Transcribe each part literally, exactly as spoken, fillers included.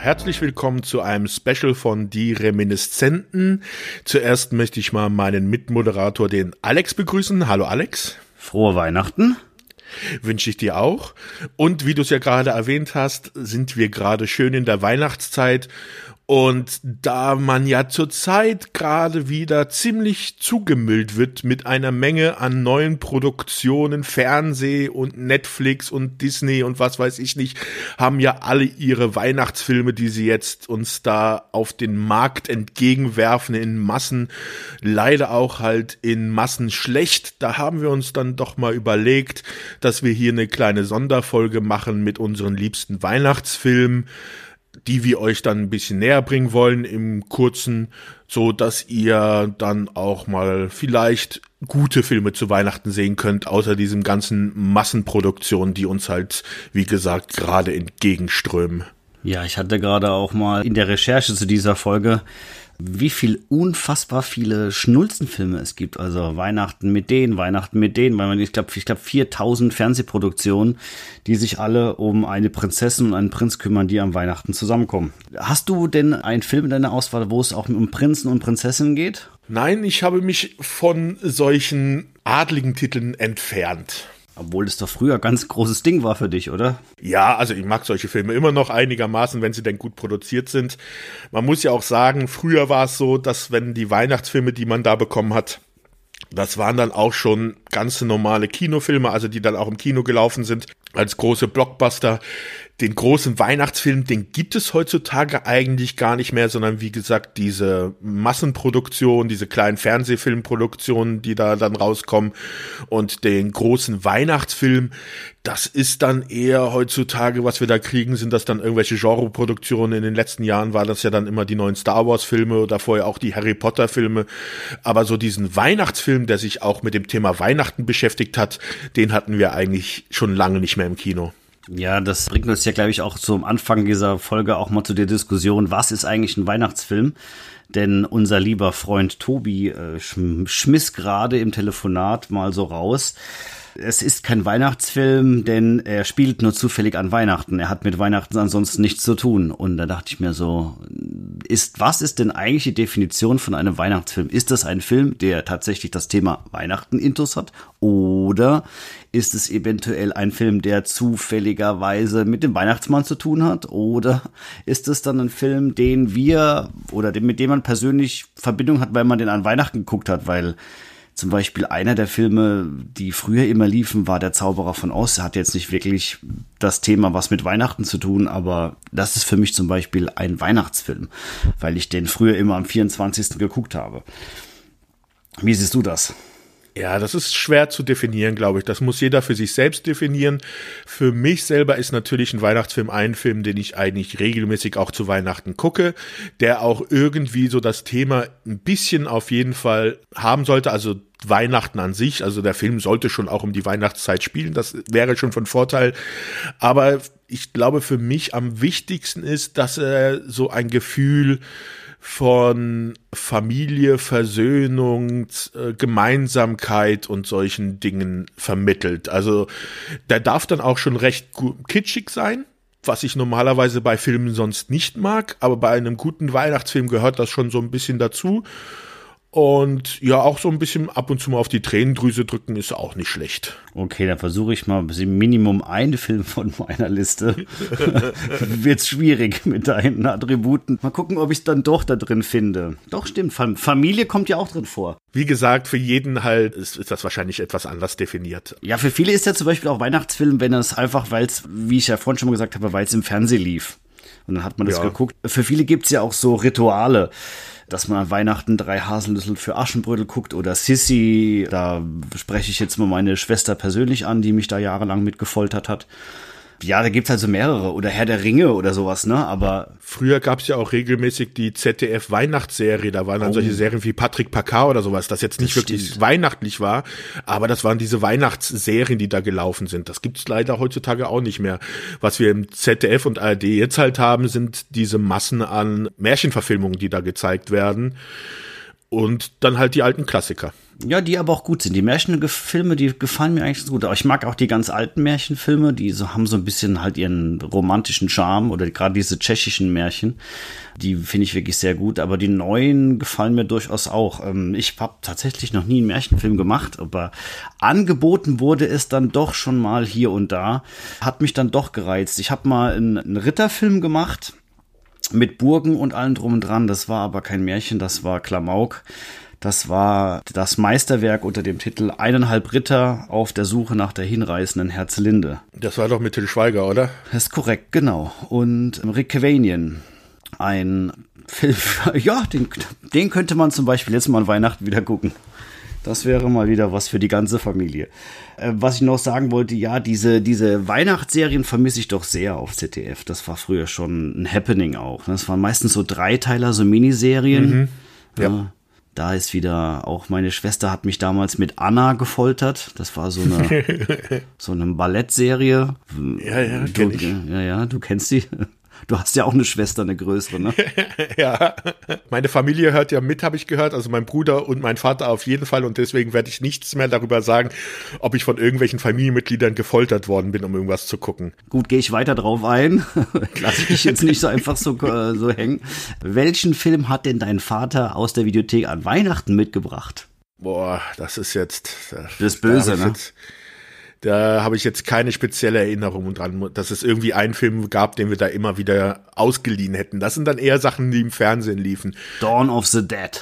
herzlich willkommen zu einem Special von Die Reminiszenten. Zuerst möchte ich mal meinen Mitmoderator, den Alex, begrüßen. Hallo Alex. Frohe Weihnachten. Wünsche ich dir auch. Und wie du es ja gerade erwähnt hast, sind wir gerade schön in der Weihnachtszeit. Und da man ja zurzeit gerade wieder ziemlich zugemüllt wird mit einer Menge an neuen Produktionen, Fernseh und Netflix und Disney und was weiß ich nicht, haben ja alle ihre Weihnachtsfilme, die sie jetzt uns da auf den Markt entgegenwerfen in Massen, leider auch halt in Massen schlecht. Da haben wir uns dann doch mal überlegt, dass wir hier eine kleine Sonderfolge machen mit unseren liebsten Weihnachtsfilmen, die wir euch dann ein bisschen näher bringen wollen im Kurzen, so dass ihr dann auch mal vielleicht gute Filme zu Weihnachten sehen könnt, außer diesem ganzen Massenproduktion, die uns halt, wie gesagt, gerade entgegenströmen. Ja, ich hatte gerade auch mal in der Recherche zu dieser Folge, wie viel unfassbar viele Schnulzenfilme es gibt. Also Weihnachten mit denen, Weihnachten mit denen, weil man, ich glaube, ich glaube viertausend Fernsehproduktionen, die sich alle um eine Prinzessin und einen Prinz kümmern, die am Weihnachten zusammenkommen. Hast du denn einen Film in deiner Auswahl, wo es auch um Prinzen und Prinzessinnen geht? Nein, ich habe mich von solchen adligen Titeln entfernt. Obwohl es doch früher ganz großes Ding war für dich, oder? Ja, also ich mag solche Filme immer noch einigermaßen, wenn sie denn gut produziert sind. Man muss ja auch sagen, früher war es so, dass wenn die Weihnachtsfilme, die man da bekommen hat, das waren dann auch schon ganz normale Kinofilme, also die dann auch im Kino gelaufen sind, als große Blockbuster. Den großen Weihnachtsfilm, den gibt es heutzutage eigentlich gar nicht mehr, sondern wie gesagt, diese Massenproduktion, diese kleinen Fernsehfilmproduktionen, die da dann rauskommen, und den großen Weihnachtsfilm, das ist dann eher heutzutage, was wir da kriegen, sind das dann irgendwelche Genreproduktionen. In den letzten Jahren war das ja dann immer die neuen Star Wars Filme oder vorher auch die Harry Potter Filme, aber so diesen Weihnachtsfilm, der sich auch mit dem Thema Weihnachten beschäftigt hat, den hatten wir eigentlich schon lange nicht mehr im Kino. Ja, das bringt uns ja, glaube ich, auch zum Anfang dieser Folge auch mal zu der Diskussion, was ist eigentlich ein Weihnachtsfilm? Denn unser lieber Freund Tobi äh, schm- schmiss gerade im Telefonat mal so raus: Es ist kein Weihnachtsfilm, denn er spielt nur zufällig an Weihnachten. Er hat mit Weihnachten ansonsten nichts zu tun. Und da dachte ich mir so, ist, was ist denn eigentlich die Definition von einem Weihnachtsfilm? Ist das ein Film, der tatsächlich das Thema Weihnachten intus hat? Oder ist es eventuell ein Film, der zufälligerweise mit dem Weihnachtsmann zu tun hat? Oder ist es dann ein Film, den wir oder den, mit dem man persönlich Verbindung hat, weil man den an Weihnachten geguckt hat? Weil zum Beispiel einer der Filme, die früher immer liefen, war Der Zauberer von Oz. Hat jetzt nicht wirklich das Thema was mit Weihnachten zu tun, aber das ist für mich zum Beispiel ein Weihnachtsfilm, weil ich den früher immer am vierundzwanzigsten geguckt habe. Wie siehst du das? Ja, das ist schwer zu definieren, glaube ich. Das muss jeder für sich selbst definieren. Für mich selber ist natürlich ein Weihnachtsfilm ein Film, den ich eigentlich regelmäßig auch zu Weihnachten gucke, der auch irgendwie so das Thema ein bisschen auf jeden Fall haben sollte, also Weihnachten an sich, also der Film sollte schon auch um die Weihnachtszeit spielen, das wäre schon von Vorteil, aber ich glaube, für mich am wichtigsten ist, dass er so ein Gefühl von Familie, Versöhnung, äh, Gemeinsamkeit und solchen Dingen vermittelt. Also der darf dann auch schon recht gut, kitschig sein, was ich normalerweise bei Filmen sonst nicht mag, aber bei einem guten Weihnachtsfilm gehört das schon so ein bisschen dazu. Und ja, auch so ein bisschen ab und zu mal auf die Tränendrüse drücken ist auch nicht schlecht. Okay, dann versuche ich mal Minimum einen Film von meiner Liste. Wird's schwierig mit deinen Attributen. Mal gucken, ob ich es dann doch da drin finde. Doch, stimmt. Familie kommt ja auch drin vor. Wie gesagt, für jeden halt ist, ist das wahrscheinlich etwas anders definiert. Ja, für viele ist ja zum Beispiel auch Weihnachtsfilm, wenn es einfach, weil es, wie ich ja vorhin schon mal gesagt habe, weil es im Fernsehen lief. Und dann hat man das ja geguckt. Für viele gibt's ja auch so Rituale, dass man an Weihnachten drei Haselnüsse für Aschenbrödel guckt oder Sissi. Da spreche ich jetzt mal meine Schwester persönlich an, die mich da jahrelang mit gefoltert hat. Ja, da gibt's also mehrere. Oder Herr der Ringe oder sowas, ne? Aber früher gab's ja auch regelmäßig die Z D F-Weihnachtsserie. Da waren dann oh. solche Serien wie Patrick Packard oder sowas, das jetzt nicht das wirklich stimmt. weihnachtlich war. Aber das waren diese Weihnachtsserien, die da gelaufen sind. Das gibt's leider heutzutage auch nicht mehr. Was wir im Z D F und A R D jetzt halt haben, sind diese Massen an Märchenverfilmungen, die da gezeigt werden. Und dann halt die alten Klassiker. Ja, die aber auch gut sind. Die Märchenfilme, die gefallen mir eigentlich so gut. Aber ich mag auch die ganz alten Märchenfilme, die so haben so ein bisschen halt ihren romantischen Charme oder gerade diese tschechischen Märchen. Die finde ich wirklich sehr gut. Aber die neuen gefallen mir durchaus auch. Ich habe tatsächlich noch nie einen Märchenfilm gemacht, aber angeboten wurde es dann doch schon mal hier und da. Hat mich dann doch gereizt. Ich habe mal einen, einen Ritterfilm gemacht mit Burgen und allem drum und dran. Das war aber kein Märchen, das war Klamauk. Das war das Meisterwerk unter dem Titel Eineinhalb Ritter auf der Suche nach der hinreißenden Herzlinde. Das war doch mit Til Schweiger, oder? Das ist korrekt, genau. Und Rick Cavanian, ein Film, ja, den, den könnte man zum Beispiel jetzt mal an Weihnachten wieder gucken. Das wäre mal wieder was für die ganze Familie. Äh, was ich noch sagen wollte, ja, diese, diese Weihnachtsserien vermisse ich doch sehr auf Z D F. Das war früher schon ein Happening auch. Das waren meistens so Dreiteiler, so Miniserien. Mhm. Ja. Ja. Da ist wieder, auch meine Schwester hat mich damals mit Anna gefoltert. Das war so eine, so eine Ballettserie. Ja, ja, kenn ich. Ja, ja, du kennst die. Du hast ja auch eine Schwester, eine größere, ne? Ja, meine Familie hört ja mit, habe ich gehört, also mein Bruder und mein Vater auf jeden Fall, und deswegen werde ich nichts mehr darüber sagen, ob ich von irgendwelchen Familienmitgliedern gefoltert worden bin, um irgendwas zu gucken. Gut, gehe ich weiter drauf ein. Lass ich jetzt nicht so einfach so, äh, so hängen. Welchen Film hat denn dein Vater aus der Videothek an Weihnachten mitgebracht? Boah, das ist jetzt... Das ist böse, ne? Jetzt, da habe ich jetzt keine spezielle Erinnerung dran, dass es irgendwie einen Film gab, den wir da immer wieder ausgeliehen hätten. Das sind dann eher Sachen, die im Fernsehen liefen. Dawn of the Dead.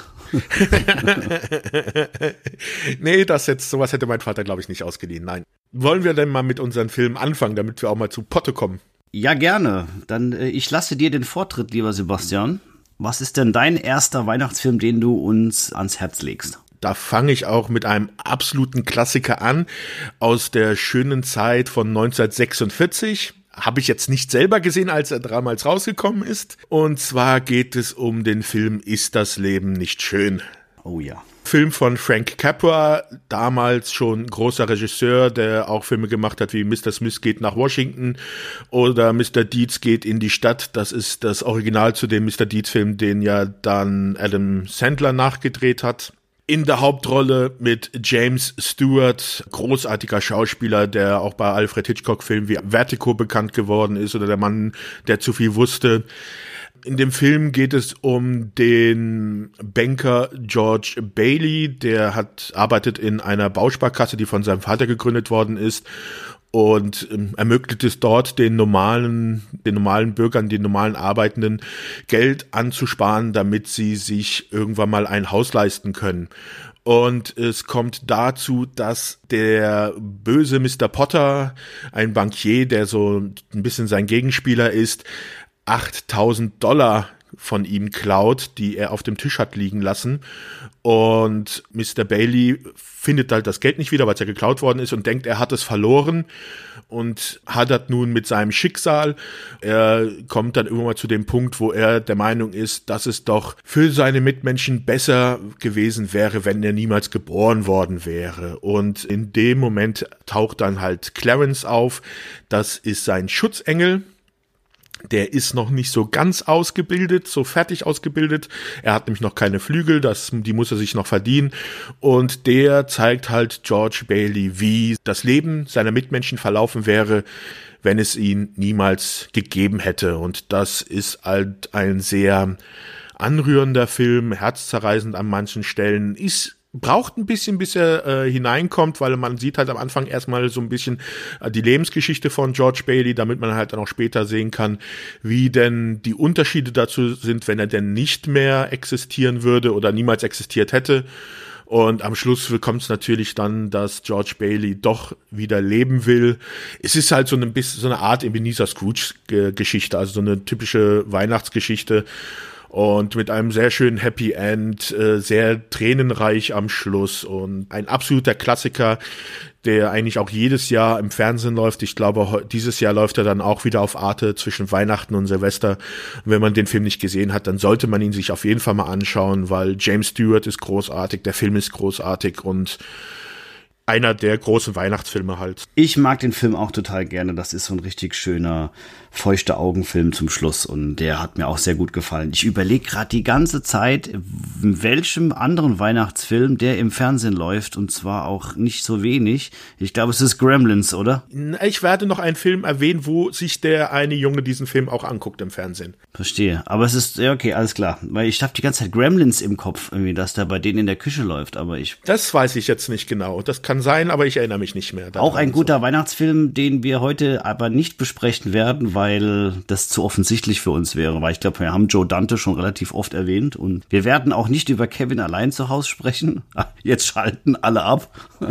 Nee, das jetzt, sowas hätte mein Vater, glaube ich, nicht ausgeliehen. Nein. Wollen wir denn mal mit unseren Filmen anfangen, damit wir auch mal zu Potte kommen? Ja, gerne. Dann, äh, ich lasse dir den Vortritt, lieber Sebastian. Was ist denn dein erster Weihnachtsfilm, den du uns ans Herz legst? Da fange ich auch mit einem absoluten Klassiker an, aus der schönen Zeit von neunzehnhundertsechsundvierzig. Habe ich jetzt nicht selber gesehen, als er damals rausgekommen ist. Und zwar geht es um den Film Ist das Leben nicht schön? Oh ja. Film von Frank Capra, damals schon großer Regisseur, der auch Filme gemacht hat wie Mister Smith geht nach Washington oder Mister Deeds geht in die Stadt. Das ist das Original zu dem Mister Deeds-Film, den ja dann Adam Sandler nachgedreht hat. In der Hauptrolle mit James Stewart, großartiger Schauspieler, der auch bei Alfred Hitchcock-Filmen wie Vertigo bekannt geworden ist oder Der Mann, der zu viel wusste. In dem Film geht es um den Banker George Bailey, der hat arbeitet in einer Bausparkasse, die von seinem Vater gegründet worden ist, und ähm, ermöglicht es dort den normalen, den normalen Bürgern, den normalen Arbeitenden Geld anzusparen, damit sie sich irgendwann mal ein Haus leisten können. Und es kommt dazu, dass der böse Mister Potter, ein Bankier, der so ein bisschen sein Gegenspieler ist, achttausend Dollar von ihm klaut, die er auf dem Tisch hat liegen lassen. Und Mister Bailey findet halt das Geld nicht wieder, weil es ja geklaut worden ist, und denkt, er hat es verloren und hadert nun mit seinem Schicksal. Er kommt dann immer mal zu dem Punkt, wo er der Meinung ist, dass es doch für seine Mitmenschen besser gewesen wäre, wenn er niemals geboren worden wäre. Und in dem Moment taucht dann halt Clarence auf. Das ist sein Schutzengel. Der ist noch nicht so ganz ausgebildet, so fertig ausgebildet. Er hat nämlich noch keine Flügel, das, die muss er sich noch verdienen. Und der zeigt halt George Bailey, wie das Leben seiner Mitmenschen verlaufen wäre, wenn es ihn niemals gegeben hätte. Und das ist halt ein sehr anrührender Film, herzzerreißend an manchen Stellen, ist braucht ein bisschen, bis er äh, hineinkommt, weil man sieht halt am Anfang erstmal so ein bisschen äh, die Lebensgeschichte von George Bailey, damit man halt dann auch später sehen kann, wie denn die Unterschiede dazu sind, wenn er denn nicht mehr existieren würde oder niemals existiert hätte. Und am Schluss kommt es natürlich dann, dass George Bailey doch wieder leben will. Es ist halt so ein bisschen so eine Art Ebenezer Scrooge-Geschichte, also so eine typische Weihnachtsgeschichte. Und mit einem sehr schönen Happy End, äh, sehr tränenreich am Schluss und ein absoluter Klassiker, der eigentlich auch jedes Jahr im Fernsehen läuft. Ich glaube, dieses Jahr läuft er dann auch wieder auf Arte zwischen Weihnachten und Silvester. Und wenn man den Film nicht gesehen hat, dann sollte man ihn sich auf jeden Fall mal anschauen, weil James Stewart ist großartig, der Film ist großartig und einer der großen Weihnachtsfilme halt. Ich mag den Film auch total gerne. Das ist so ein richtig schöner, feuchter Augenfilm zum Schluss und der hat mir auch sehr gut gefallen. Ich überlege gerade die ganze Zeit, in welchem anderen Weihnachtsfilm der im Fernsehen läuft und zwar auch nicht so wenig. Ich glaube, es ist Gremlins, oder? Ich werde noch einen Film erwähnen, wo sich der eine Junge diesen Film auch anguckt im Fernsehen. Verstehe. Aber es ist, ja okay, alles klar. Weil ich habe die ganze Zeit Gremlins im Kopf, irgendwie, dass der bei denen in der Küche läuft, aber ich... Das weiß ich jetzt nicht genau. Das kann sein, aber ich erinnere mich nicht mehr daran. Auch ein guter so. Weihnachtsfilm, den wir heute aber nicht besprechen werden, weil das zu offensichtlich für uns wäre. Weil ich glaube, wir haben Joe Dante schon relativ oft erwähnt und wir werden auch nicht über Kevin allein zu Hause sprechen. Jetzt schalten alle ab.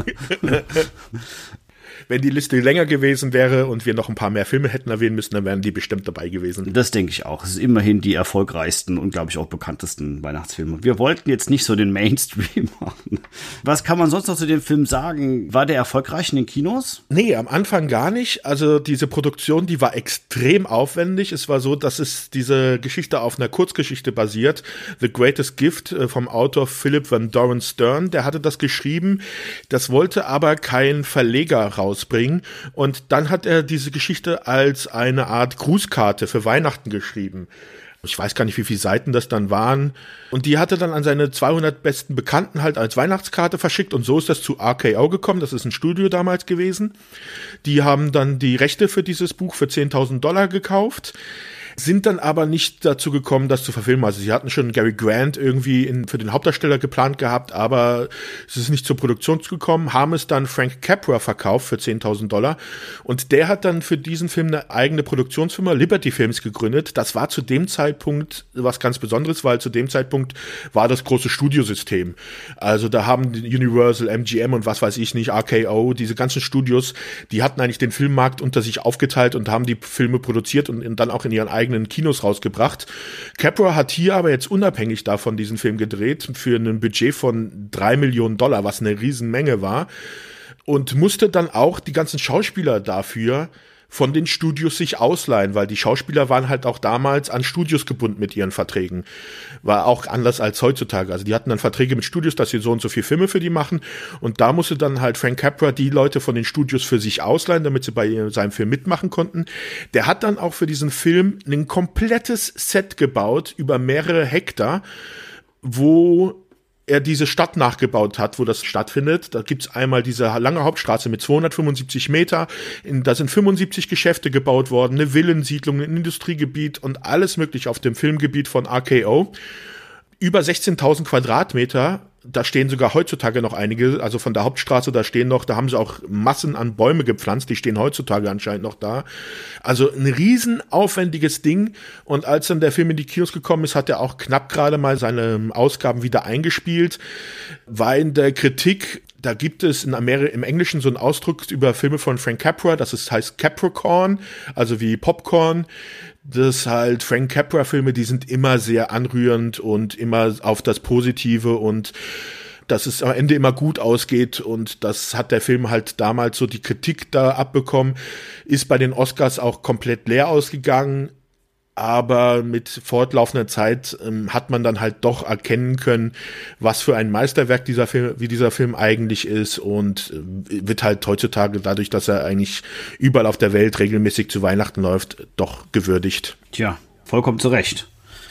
Wenn die Liste länger gewesen wäre und wir noch ein paar mehr Filme hätten erwähnen müssen, dann wären die bestimmt dabei gewesen. Das denke ich auch. Es ist immerhin die erfolgreichsten und, glaube ich, auch bekanntesten Weihnachtsfilme. Wir wollten jetzt nicht so den Mainstream machen. Was kann man sonst noch zu dem Film sagen? War der erfolgreich in den Kinos? Nee, am Anfang gar nicht. Also diese Produktion, die war extrem aufwendig. Es war so, dass es diese Geschichte auf einer Kurzgeschichte basiert. The Greatest Gift vom Autor Philip Van Doren Stern. Der hatte das geschrieben. Das wollte aber kein Verleger raus bringen. Und dann hat er diese Geschichte als eine Art Grußkarte für Weihnachten geschrieben. Ich weiß gar nicht, wie viele Seiten das dann waren. Und die hatte dann an seine zweihundert besten Bekannten halt als Weihnachtskarte verschickt. Und so ist das zu R K O gekommen. Das ist ein Studio damals gewesen. Die haben dann die Rechte für dieses Buch für zehntausend Dollar gekauft. Sind dann aber nicht dazu gekommen, das zu verfilmen. Also sie hatten schon Gary Grant irgendwie in, für den Hauptdarsteller geplant gehabt, aber es ist nicht zur Produktion gekommen, haben es dann Frank Capra verkauft für zehntausend Dollar und der hat dann für diesen Film eine eigene Produktionsfirma, Liberty Films, gegründet. Das war zu dem Zeitpunkt was ganz Besonderes, weil zu dem Zeitpunkt war das große Studiosystem. Also da haben Universal, M G M und was weiß ich nicht, R K O, diese ganzen Studios, die hatten eigentlich den Filmmarkt unter sich aufgeteilt und haben die Filme produziert und dann auch in ihren eigenen eigenen Kinos rausgebracht. Capra hat hier aber jetzt unabhängig davon diesen Film gedreht für ein Budget von drei Millionen Dollar, was eine Riesenmenge war und musste dann auch die ganzen Schauspieler dafür von den Studios sich ausleihen, weil die Schauspieler waren halt auch damals an Studios gebunden mit ihren Verträgen. War auch anders als heutzutage. Also die hatten dann Verträge mit Studios, dass sie so und so viel Filme für die machen. Und da musste dann halt Frank Capra die Leute von den Studios für sich ausleihen, damit sie bei seinem Film mitmachen konnten. Der hat dann auch für diesen Film ein komplettes Set gebaut über mehrere Hektar, wo er diese Stadt nachgebaut hat, wo das stattfindet. Da gibt's einmal diese lange Hauptstraße mit zweihundertfünfundsiebzig Meter. In, da sind fünfundsiebzig Geschäfte gebaut worden, eine Villensiedlung, ein Industriegebiet und alles mögliche auf dem Filmgebiet von R K O. Über sechzehntausend Quadratmeter. Da stehen sogar heutzutage noch einige, also von der Hauptstraße, da stehen noch, da haben sie auch Massen an Bäume gepflanzt, die stehen heutzutage anscheinend noch da. Also ein riesen aufwendiges Ding. Und als dann der Film in die Kinos gekommen ist, hat er auch knapp gerade mal seine Ausgaben wieder eingespielt. War in der Kritik, da gibt es in Amerika, im Englischen so einen Ausdruck über Filme von Frank Capra, das ist, heißt Capricorn, also wie Popcorn. Das halt Frank Capra-Filme, die sind immer sehr anrührend und immer auf das Positive und dass es am Ende immer gut ausgeht und das hat der Film halt damals so die Kritik da abbekommen, ist bei den Oscars auch komplett leer ausgegangen, aber mit fortlaufender Zeit ähm, hat man dann halt doch erkennen können, was für ein Meisterwerk dieser Film, wie dieser Film eigentlich ist und äh, wird halt heutzutage dadurch, dass er eigentlich überall auf der Welt regelmäßig zu Weihnachten läuft, doch gewürdigt. Tja, vollkommen zu Recht.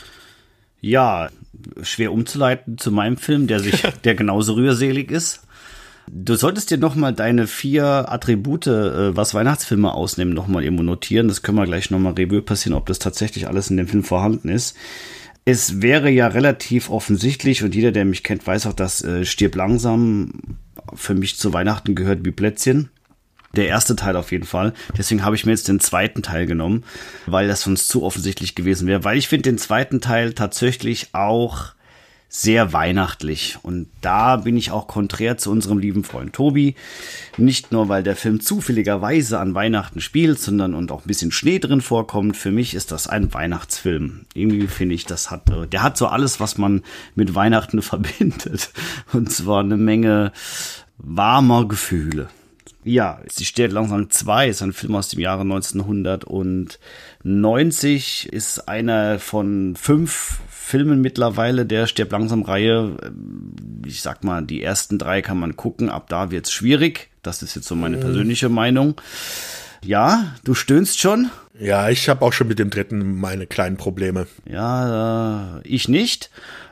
Ja, schwer umzuleiten zu meinem Film, der sich, der genauso rührselig ist. Du solltest dir noch mal deine vier Attribute, äh, was Weihnachtsfilme ausnehmen, noch mal irgendwo notieren. Das können wir gleich noch mal Revue passieren, ob das tatsächlich alles in dem Film vorhanden ist. Es wäre ja relativ offensichtlich, und jeder, der mich kennt, weiß auch, dass äh, Stirb langsam für mich zu Weihnachten gehört wie Plätzchen. Der erste Teil auf jeden Fall. Deswegen habe ich mir jetzt den zweiten Teil genommen, weil das sonst zu offensichtlich gewesen wäre. Weil ich finde den zweiten Teil tatsächlich auch sehr weihnachtlich. Und da bin ich auch konträr zu unserem lieben Freund Tobi. Nicht nur, weil der Film zufälligerweise an Weihnachten spielt, sondern und auch ein bisschen Schnee drin vorkommt. Für mich ist das ein Weihnachtsfilm. Irgendwie finde ich, das hat, der hat so alles, was man mit Weihnachten verbindet. Und zwar eine Menge warmer Gefühle. Ja, Sie steht langsam zwei, ist ein Film aus dem Jahre neunzehnhundertneunzig, ist einer von fünf Filmen mittlerweile, der Stirb langsam Reihe. Ich sag mal, die ersten drei kann man gucken, ab da wird's schwierig. Das ist jetzt so meine persönliche Meinung. Ja, du stöhnst schon. Ja, ich habe auch schon mit dem dritten meine kleinen Probleme. Ja, äh, ich nicht.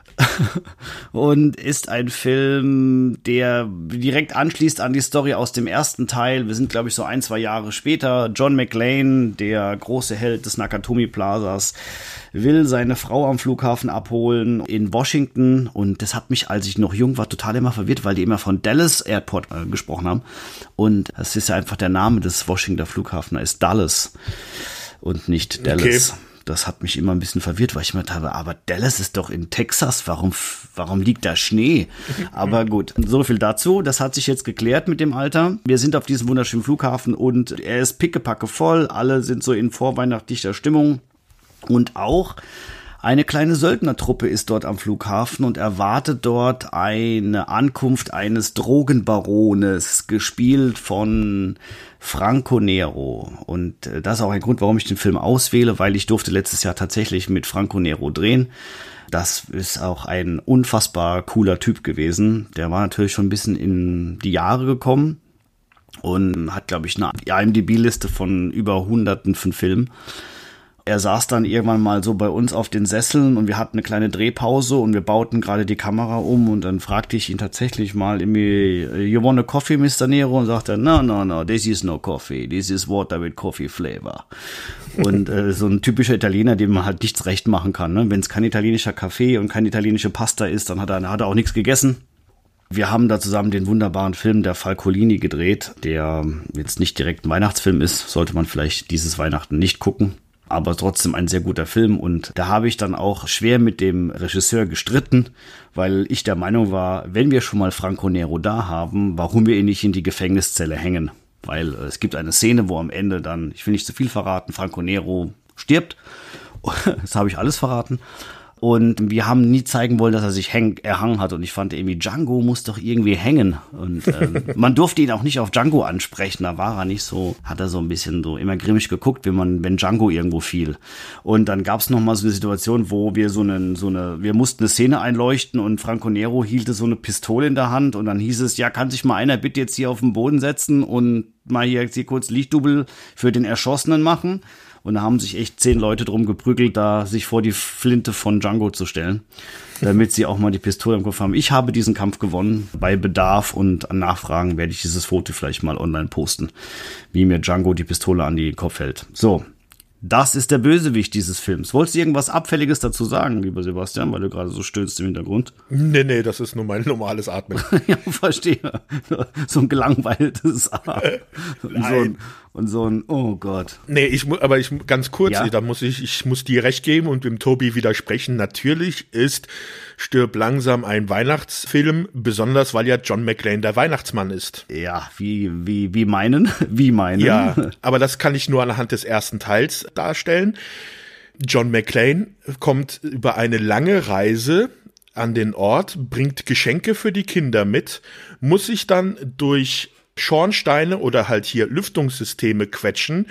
Und ist ein Film, der direkt anschließt an die Story aus dem ersten Teil. Wir sind, glaube ich, so ein, zwei Jahre später. John McClane, der große Held des Nakatomi Plazas, will seine Frau am Flughafen abholen in Washington. Und das hat mich, als ich noch jung war, total immer verwirrt, weil die immer von Dallas Airport äh, gesprochen haben. Und das ist ja einfach der Name des Washington Flughafens, da ist Dallas und nicht Dallas. Okay. Das hat mich immer ein bisschen verwirrt, weil ich mir dachte, aber Dallas ist doch in Texas, warum, warum liegt da Schnee? Aber gut, so viel dazu. Das hat sich jetzt geklärt mit dem Alter. Wir sind auf diesem wunderschönen Flughafen und er ist pickepacke voll. Alle sind so in vorweihnachtlicher Stimmung. Und auch eine kleine Söldnertruppe ist dort am Flughafen und erwartet dort eine Ankunft eines Drogenbarones, gespielt von Franco Nero. Und das ist auch ein Grund, warum ich den Film auswähle, weil ich durfte letztes Jahr tatsächlich mit Franco Nero drehen. Das ist auch ein unfassbar cooler Typ gewesen. Der war natürlich schon ein bisschen in die Jahre gekommen und hat, glaube ich, eine I M D B-Liste von über Hunderten von Filmen. Er saß dann irgendwann mal so bei uns auf den Sesseln und wir hatten eine kleine Drehpause und wir bauten gerade die Kamera um und dann fragte ich ihn tatsächlich mal, you want a coffee, Mister Nero? Und sagte er, no, no, no, this is no coffee, this is water with coffee flavor. Und äh, so ein typischer Italiener, dem man halt nichts recht machen kann. Ne? Wenn es kein italienischer Kaffee und keine italienische Pasta ist, dann hat er, hat er auch nichts gegessen. Wir haben da zusammen den wunderbaren Film der Falcolini gedreht, der jetzt nicht direkt ein Weihnachtsfilm ist, sollte man vielleicht dieses Weihnachten nicht gucken. Aber trotzdem ein sehr guter Film und da habe ich dann auch schwer mit dem Regisseur gestritten, weil ich der Meinung war, wenn wir schon mal Franco Nero da haben, warum wir ihn nicht in die Gefängniszelle hängen? Weil es gibt eine Szene, wo am Ende dann, ich will nicht zu viel verraten, Franco Nero stirbt. Das habe ich alles verraten. Und wir haben nie zeigen wollen, dass er sich häng, erhangen hat. Und ich fand irgendwie, Django muss doch irgendwie hängen. Und ähm, man durfte ihn auch nicht auf Django ansprechen. Da war er nicht so, hat er so ein bisschen so immer grimmig geguckt, wenn man, wenn Django irgendwo fiel. Und dann gab es noch mal so eine Situation, wo wir so eine, so eine, wir mussten eine Szene einleuchten und Franco Nero hielt so eine Pistole in der Hand. Und dann hieß es, ja, kann sich mal einer bitte jetzt hier auf den Boden setzen und mal hier, hier kurz Lichtdouble für den Erschossenen machen. Und da haben sich echt zehn Leute drum geprügelt, da sich vor die Flinte von Django zu stellen, damit sie auch mal die Pistole im Kopf haben. Ich habe diesen Kampf gewonnen. Bei Bedarf und an Nachfragen werde ich dieses Foto vielleicht mal online posten, wie mir Django die Pistole an den Kopf hält. So, das ist der Bösewicht dieses Films. Wolltest du irgendwas Abfälliges dazu sagen, lieber Sebastian, weil du gerade so stöhnst im Hintergrund? Nee, nee, das ist nur mein normales Atmen. Ja, verstehe. So ein gelangweiltes Atmen. Und so ein, und so ein, oh Gott. Nee, ich muss, aber ich ganz kurz, Ja? da muss ich, ich muss dir recht geben und dem Tobi widersprechen. Natürlich ist Stirb langsam ein Weihnachtsfilm, besonders weil ja John McClane der Weihnachtsmann ist. Ja, wie, wie, wie meinen? Wie meinen? Ja, aber das kann ich nur anhand des ersten Teils darstellen. John McClane kommt über eine lange Reise an den Ort, bringt Geschenke für die Kinder mit, muss sich dann durch Schornsteine oder halt hier Lüftungssysteme quetschen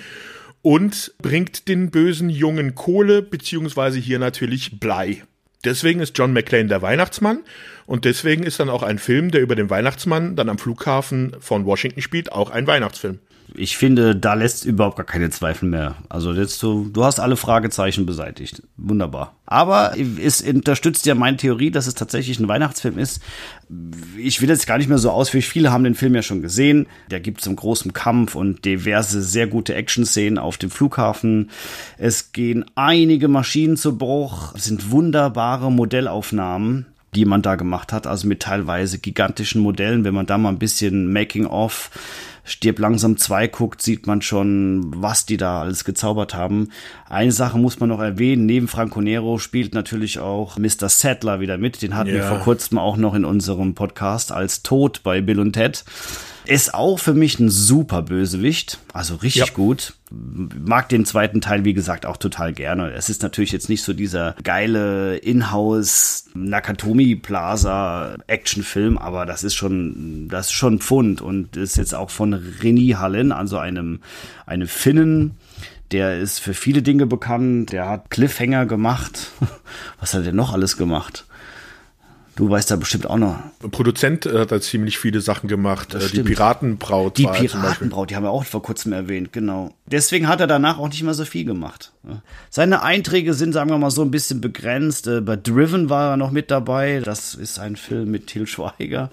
und bringt den bösen Jungen Kohle, beziehungsweise hier natürlich Blei. Deswegen ist John McClane der Weihnachtsmann und deswegen ist dann auch ein Film, der über den Weihnachtsmann dann am Flughafen von Washington spielt, auch ein Weihnachtsfilm. Ich finde, da lässt überhaupt gar keine Zweifel mehr. Also jetzt du, du hast alle Fragezeichen beseitigt. Wunderbar. Aber es unterstützt ja meine Theorie, dass es tatsächlich ein Weihnachtsfilm ist. Ich will jetzt gar nicht mehr so ausführlich. Viele haben den Film ja schon gesehen. Der gibt es einen großen Kampf und diverse sehr gute Action-Szenen auf dem Flughafen. Es gehen einige Maschinen zu Bruch. Es sind wunderbare Modellaufnahmen, die man da gemacht hat. Also mit teilweise gigantischen Modellen. Wenn man da mal ein bisschen Making-of Stirb langsam zwei guckt, sieht man schon, was die da alles gezaubert haben. Eine Sache muss man noch erwähnen, neben Franco Nero spielt natürlich auch Mister Sattler wieder mit. Den hatten ja. wir vor kurzem auch noch in unserem Podcast als Tod bei Bill und Ted. Ist auch für mich ein super Bösewicht, also richtig ja. gut. Mag den zweiten Teil, wie gesagt, auch total gerne. Es ist natürlich jetzt nicht so dieser geile Inhouse Nakatomi Plaza Actionfilm, aber das ist schon, das ist schon Pfund und ist jetzt auch von Renée Harlin, also einem, einem Finnen, Der ist für viele Dinge bekannt. Der hat Cliffhanger gemacht. Was hat er denn noch alles gemacht? Du weißt da bestimmt auch noch. Produzent hat da ziemlich viele Sachen gemacht. Das die stimmt. Piratenbraut. Die war er zum Beispiel. Piratenbraut, die haben wir auch vor kurzem erwähnt, genau. Deswegen hat er danach auch nicht mehr so viel gemacht. Seine Einträge sind, sagen wir mal, so ein bisschen begrenzt. Bei Driven war er noch mit dabei. Das ist ein Film mit Til Schweiger.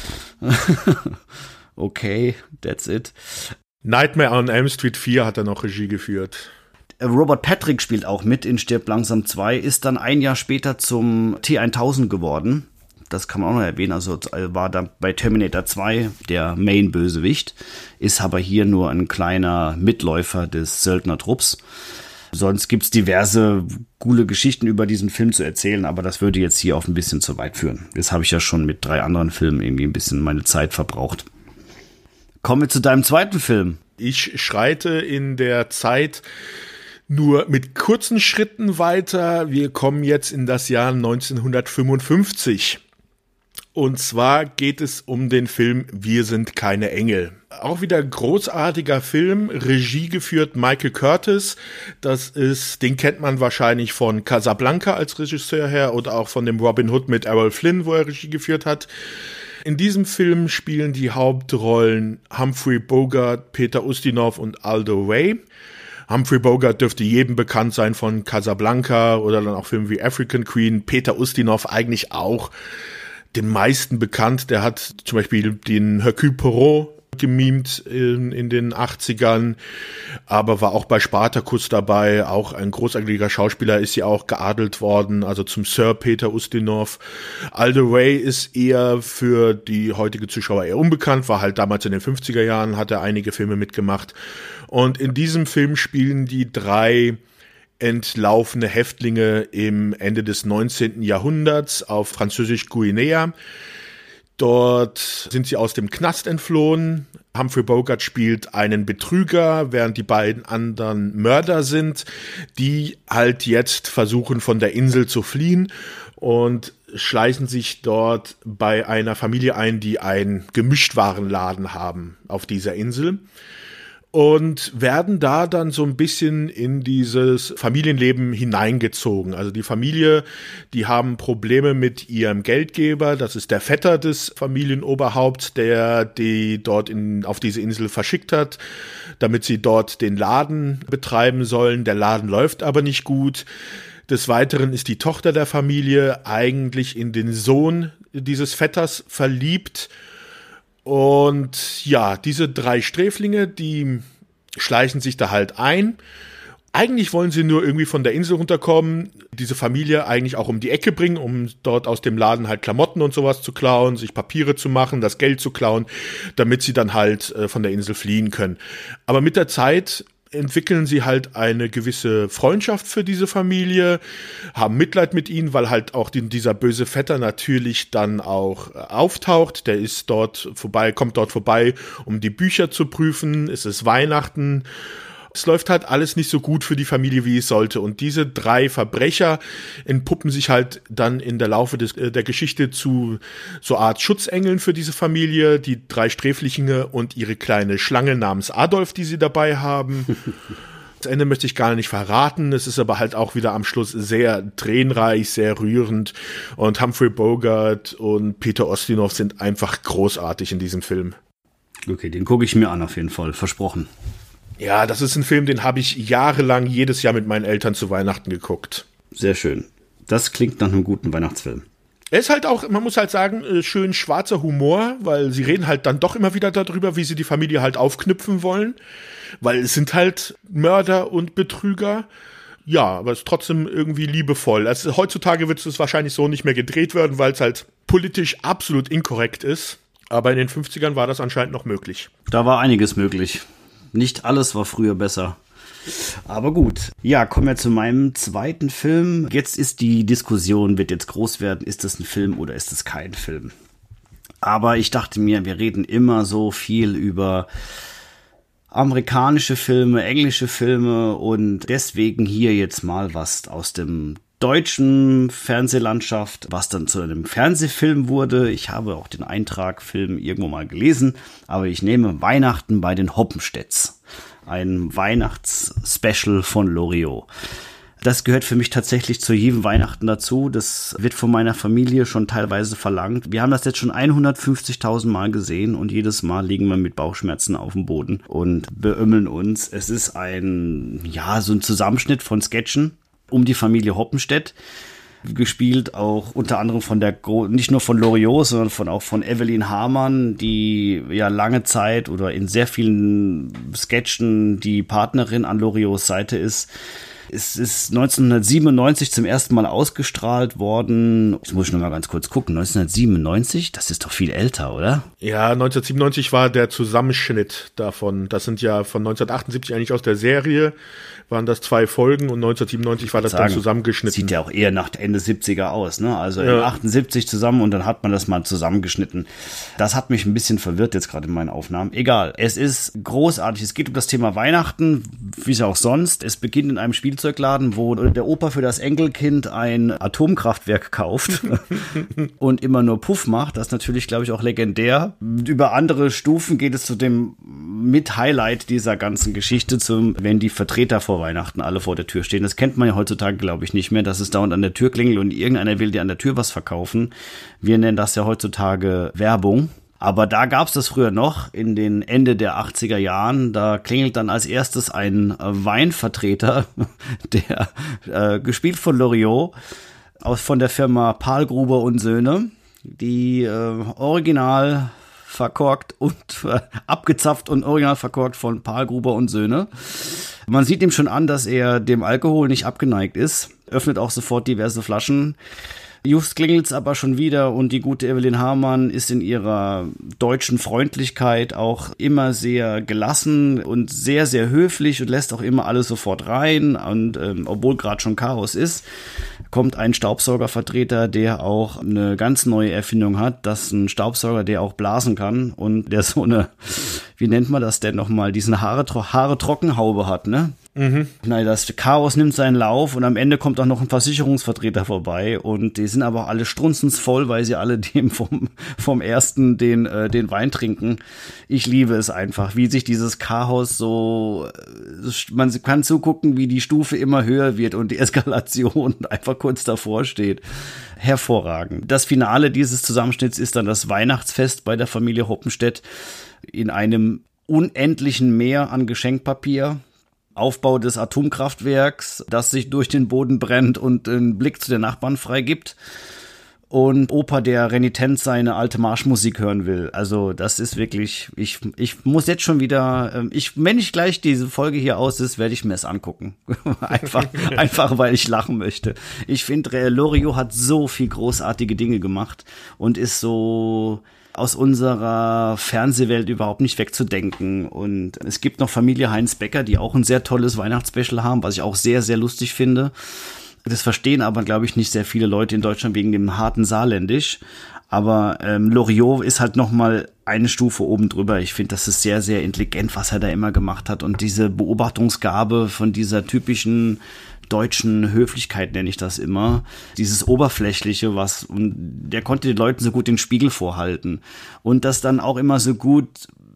Okay, that's it. Nightmare on Elm Street vier hat er noch Regie geführt. Robert Patrick spielt auch mit in Stirb langsam zwei, ist dann ein Jahr später zum T tausend geworden. Das kann man auch noch erwähnen, also war dann bei Terminator zwei der Main-Bösewicht, ist aber hier nur ein kleiner Mitläufer des Söldnertrupps. Sonst gibt's diverse coole Geschichten über diesen Film zu erzählen, aber das würde jetzt hier auch ein bisschen zu weit führen. Jetzt habe ich ja schon mit drei anderen Filmen irgendwie ein bisschen meine Zeit verbraucht. Kommen wir zu deinem zweiten Film. Ich schreite in der Zeit nur mit kurzen Schritten weiter. Wir kommen jetzt in das Jahr neunzehnhundertfünfundfünfzig. Und zwar geht es um den Film Wir sind keine Engel. Auch wieder großartiger Film, Regie geführt Michael Curtis. Das ist, den kennt man wahrscheinlich von Casablanca als Regisseur her oder auch von dem Robin Hood mit Errol Flynn, wo er Regie geführt hat. In diesem Film spielen die Hauptrollen Humphrey Bogart, Peter Ustinov und Aldo Ray. Humphrey Bogart dürfte jedem bekannt sein von Casablanca oder dann auch Filmen wie African Queen. Peter Ustinov eigentlich auch den meisten bekannt. Der hat zum Beispiel den Hercule Poirot gemimt in, in den achtzigern, aber war auch bei Spartacus dabei, auch ein großartiger Schauspieler, ist ja auch geadelt worden, also zum Sir Peter Ustinov. Aldo Ray ist eher für die heutige Zuschauer eher unbekannt, war halt damals in den fünfziger Jahren, hat er einige Filme mitgemacht. Und in diesem Film spielen die drei entlaufene Häftlinge im Ende des neunzehnten Jahrhunderts auf Französisch-Guinea. Dort sind sie aus dem Knast entflohen. Humphrey Bogart spielt einen Betrüger, während die beiden anderen Mörder sind, die halt jetzt versuchen, von der Insel zu fliehen und schleichen sich dort bei einer Familie ein, die einen Gemischtwarenladen haben auf dieser Insel. Und werden da dann so ein bisschen in dieses Familienleben hineingezogen. Also die Familie, die haben Probleme mit ihrem Geldgeber. Das ist der Vetter des Familienoberhaupts, der die dort in, auf diese Insel verschickt hat, damit sie dort den Laden betreiben sollen. Der Laden läuft aber nicht gut. Des Weiteren ist die Tochter der Familie eigentlich in den Sohn dieses Vetters verliebt. Und ja, diese drei Sträflinge, die schleichen sich da halt ein. Eigentlich wollen sie nur irgendwie von der Insel runterkommen, diese Familie eigentlich auch um die Ecke bringen, um dort aus dem Laden halt Klamotten und sowas zu klauen, sich Papiere zu machen, das Geld zu klauen, damit sie dann halt äh, von der Insel fliehen können. Aber mit der Zeit entwickeln sie halt eine gewisse Freundschaft für diese Familie, haben Mitleid mit ihnen, weil halt auch die, dieser böse Vetter natürlich dann auch auftaucht. Der ist dort vorbei, kommt dort vorbei, um die Bücher zu prüfen. Es ist Weihnachten. Es läuft halt alles nicht so gut für die Familie, wie es sollte. Und diese drei Verbrecher entpuppen sich halt dann in der Laufe des, der Geschichte zu so Art Schutzengeln für diese Familie. Die drei Sträflinge und ihre kleine Schlange namens Adolf, die sie dabei haben. Das Ende möchte ich gar nicht verraten. Es ist aber halt auch wieder am Schluss sehr tränenreich, sehr rührend. Und Humphrey Bogart und Peter Ustinov sind einfach großartig in diesem Film. Okay, den gucke ich mir an auf jeden Fall. Versprochen. Ja, das ist ein Film, den habe ich jahrelang jedes Jahr mit meinen Eltern zu Weihnachten geguckt. Sehr schön. Das klingt nach einem guten Weihnachtsfilm. Er ist halt auch, man muss halt sagen, schön schwarzer Humor, weil sie reden halt dann doch immer wieder darüber, wie sie die Familie halt aufknüpfen wollen. Weil es sind halt Mörder und Betrüger. Ja, aber es ist trotzdem irgendwie liebevoll. Also heutzutage wird es wahrscheinlich so nicht mehr gedreht werden, weil es halt politisch absolut inkorrekt ist. Aber in den fünfzigern war das anscheinend noch möglich. Da war einiges möglich. Nicht alles war früher besser. Aber gut. Ja, kommen wir zu meinem zweiten Film. Jetzt ist die Diskussion, wird jetzt groß werden, ist das ein Film oder ist es kein Film? Aber ich dachte mir, wir reden immer so viel über amerikanische Filme, englische Filme und deswegen hier jetzt mal was aus dem deutschen Fernsehlandschaft, was dann zu einem Fernsehfilm wurde. Ich habe auch den Eintrag Film irgendwo mal gelesen, aber ich nehme Weihnachten bei den Hoppenstedts. ein Weihnachts-Special von Loriot. Das gehört für mich tatsächlich zu jedem Weihnachten dazu. Das wird von meiner Familie schon teilweise verlangt. Wir haben das jetzt schon hundertfünfzigtausend Mal gesehen und jedes Mal liegen wir mit Bauchschmerzen auf dem Boden und beömmeln uns. Es ist ein, ja, so ein Zusammenschnitt von Sketchen um die Familie Hoppenstedt. Gespielt auch unter anderem von der, nicht nur von Loriot, sondern von, auch von Evelyn Hamann, die ja lange Zeit oder in sehr vielen Sketchen die Partnerin an Loriots Seite ist. Es ist neunzehnhundertsiebenundneunzig zum ersten Mal ausgestrahlt worden. Jetzt muss ich noch mal ganz kurz gucken. neunzehnhundertsiebenundneunzig, das ist doch viel älter, oder? Ja, neunzehnhundertsiebenundneunzig war der Zusammenschnitt davon. Das sind ja von neunzehnhundertachtundsiebzig eigentlich aus der Serie, waren das zwei Folgen und neunzehnhundertsiebenundneunzig war das sagen, dann zusammengeschnitten. Sieht ja auch eher nach Ende siebziger aus, ne? Also ja. in achtundsiebzig zusammen und dann hat man das mal zusammengeschnitten. Das hat mich ein bisschen verwirrt jetzt gerade in meinen Aufnahmen. Egal, es ist großartig. Es geht um das Thema Weihnachten, wie es auch sonst. Es beginnt in einem Spielzeugladen, wo der Opa für das Enkelkind ein Atomkraftwerk kauft und immer nur Puff macht. Das ist natürlich, glaube ich, auch legendär. Über andere Stufen geht es zu dem Mit-Highlight dieser ganzen Geschichte, zum, wenn die Vertreter vor Weihnachten alle vor der Tür stehen. Das kennt man ja heutzutage, glaube ich, nicht mehr, dass es dauernd an der Tür klingelt und irgendeiner will dir an der Tür was verkaufen. Wir nennen das ja heutzutage Werbung. Aber da gab's das früher noch, in den Ende der achtziger Jahren. Da klingelt dann als erstes ein Weinvertreter, der äh, gespielt von Loriot, aus von der Firma Pahlgruber und Söhne, die äh, original verkorkt und äh, abgezapft und original verkorkt von Pahlgruber und Söhne. Man sieht ihm schon an, dass er dem Alkohol nicht abgeneigt ist, öffnet auch sofort diverse Flaschen. Just klingelt's aber schon wieder und die gute Evelyn Hamann ist in ihrer deutschen Freundlichkeit auch immer sehr gelassen und sehr, sehr höflich und lässt auch immer alles sofort rein. Und ähm, obwohl gerade schon Chaos ist, kommt ein Staubsaugervertreter, der auch eine ganz neue Erfindung hat. Das ist ein Staubsauger, der auch blasen kann und der so eine, wie nennt man das denn nochmal, diesen Haare, Haare Trockenhaube hat, ne? Mhm. Nein, das Chaos nimmt seinen Lauf und am Ende kommt auch noch ein Versicherungsvertreter vorbei und die sind aber alle strunzensvoll, weil sie alle dem vom, vom ersten den, äh, den Wein trinken. Ich liebe es einfach, wie sich dieses Chaos so, man kann zugucken, wie die Stufe immer höher wird und die Eskalation einfach kurz davor steht. Hervorragend. Das Finale dieses Zusammenschnitts ist dann das Weihnachtsfest bei der Familie Hoppenstedt in einem unendlichen Meer an Geschenkpapier. Aufbau des Atomkraftwerks, das sich durch den Boden brennt und den Blick zu den Nachbarn freigibt. Und Opa, der renitent seine alte Marschmusik hören will. Also das ist wirklich, ich ich muss jetzt schon wieder, ich wenn ich gleich diese Folge hier aus ist, werde ich mir es angucken. einfach, einfach, weil ich lachen möchte. Ich finde, Loriot hat so viel großartige Dinge gemacht und ist so aus unserer Fernsehwelt überhaupt nicht wegzudenken. Und es gibt noch Familie Heinz Becker, die auch ein sehr tolles Weihnachtsspecial haben, was ich auch sehr, sehr lustig finde. Das verstehen aber, glaube ich, nicht sehr viele Leute in Deutschland wegen dem harten Saarländisch. Aber ähm, Loriot ist halt noch mal eine Stufe oben drüber. Ich finde, das ist sehr, sehr intelligent, was er da immer gemacht hat. Und diese Beobachtungsgabe von dieser typischen deutschen Höflichkeit, nenne ich das immer. Dieses Oberflächliche, was, und der konnte den Leuten so gut den Spiegel vorhalten. Und das dann auch immer so gut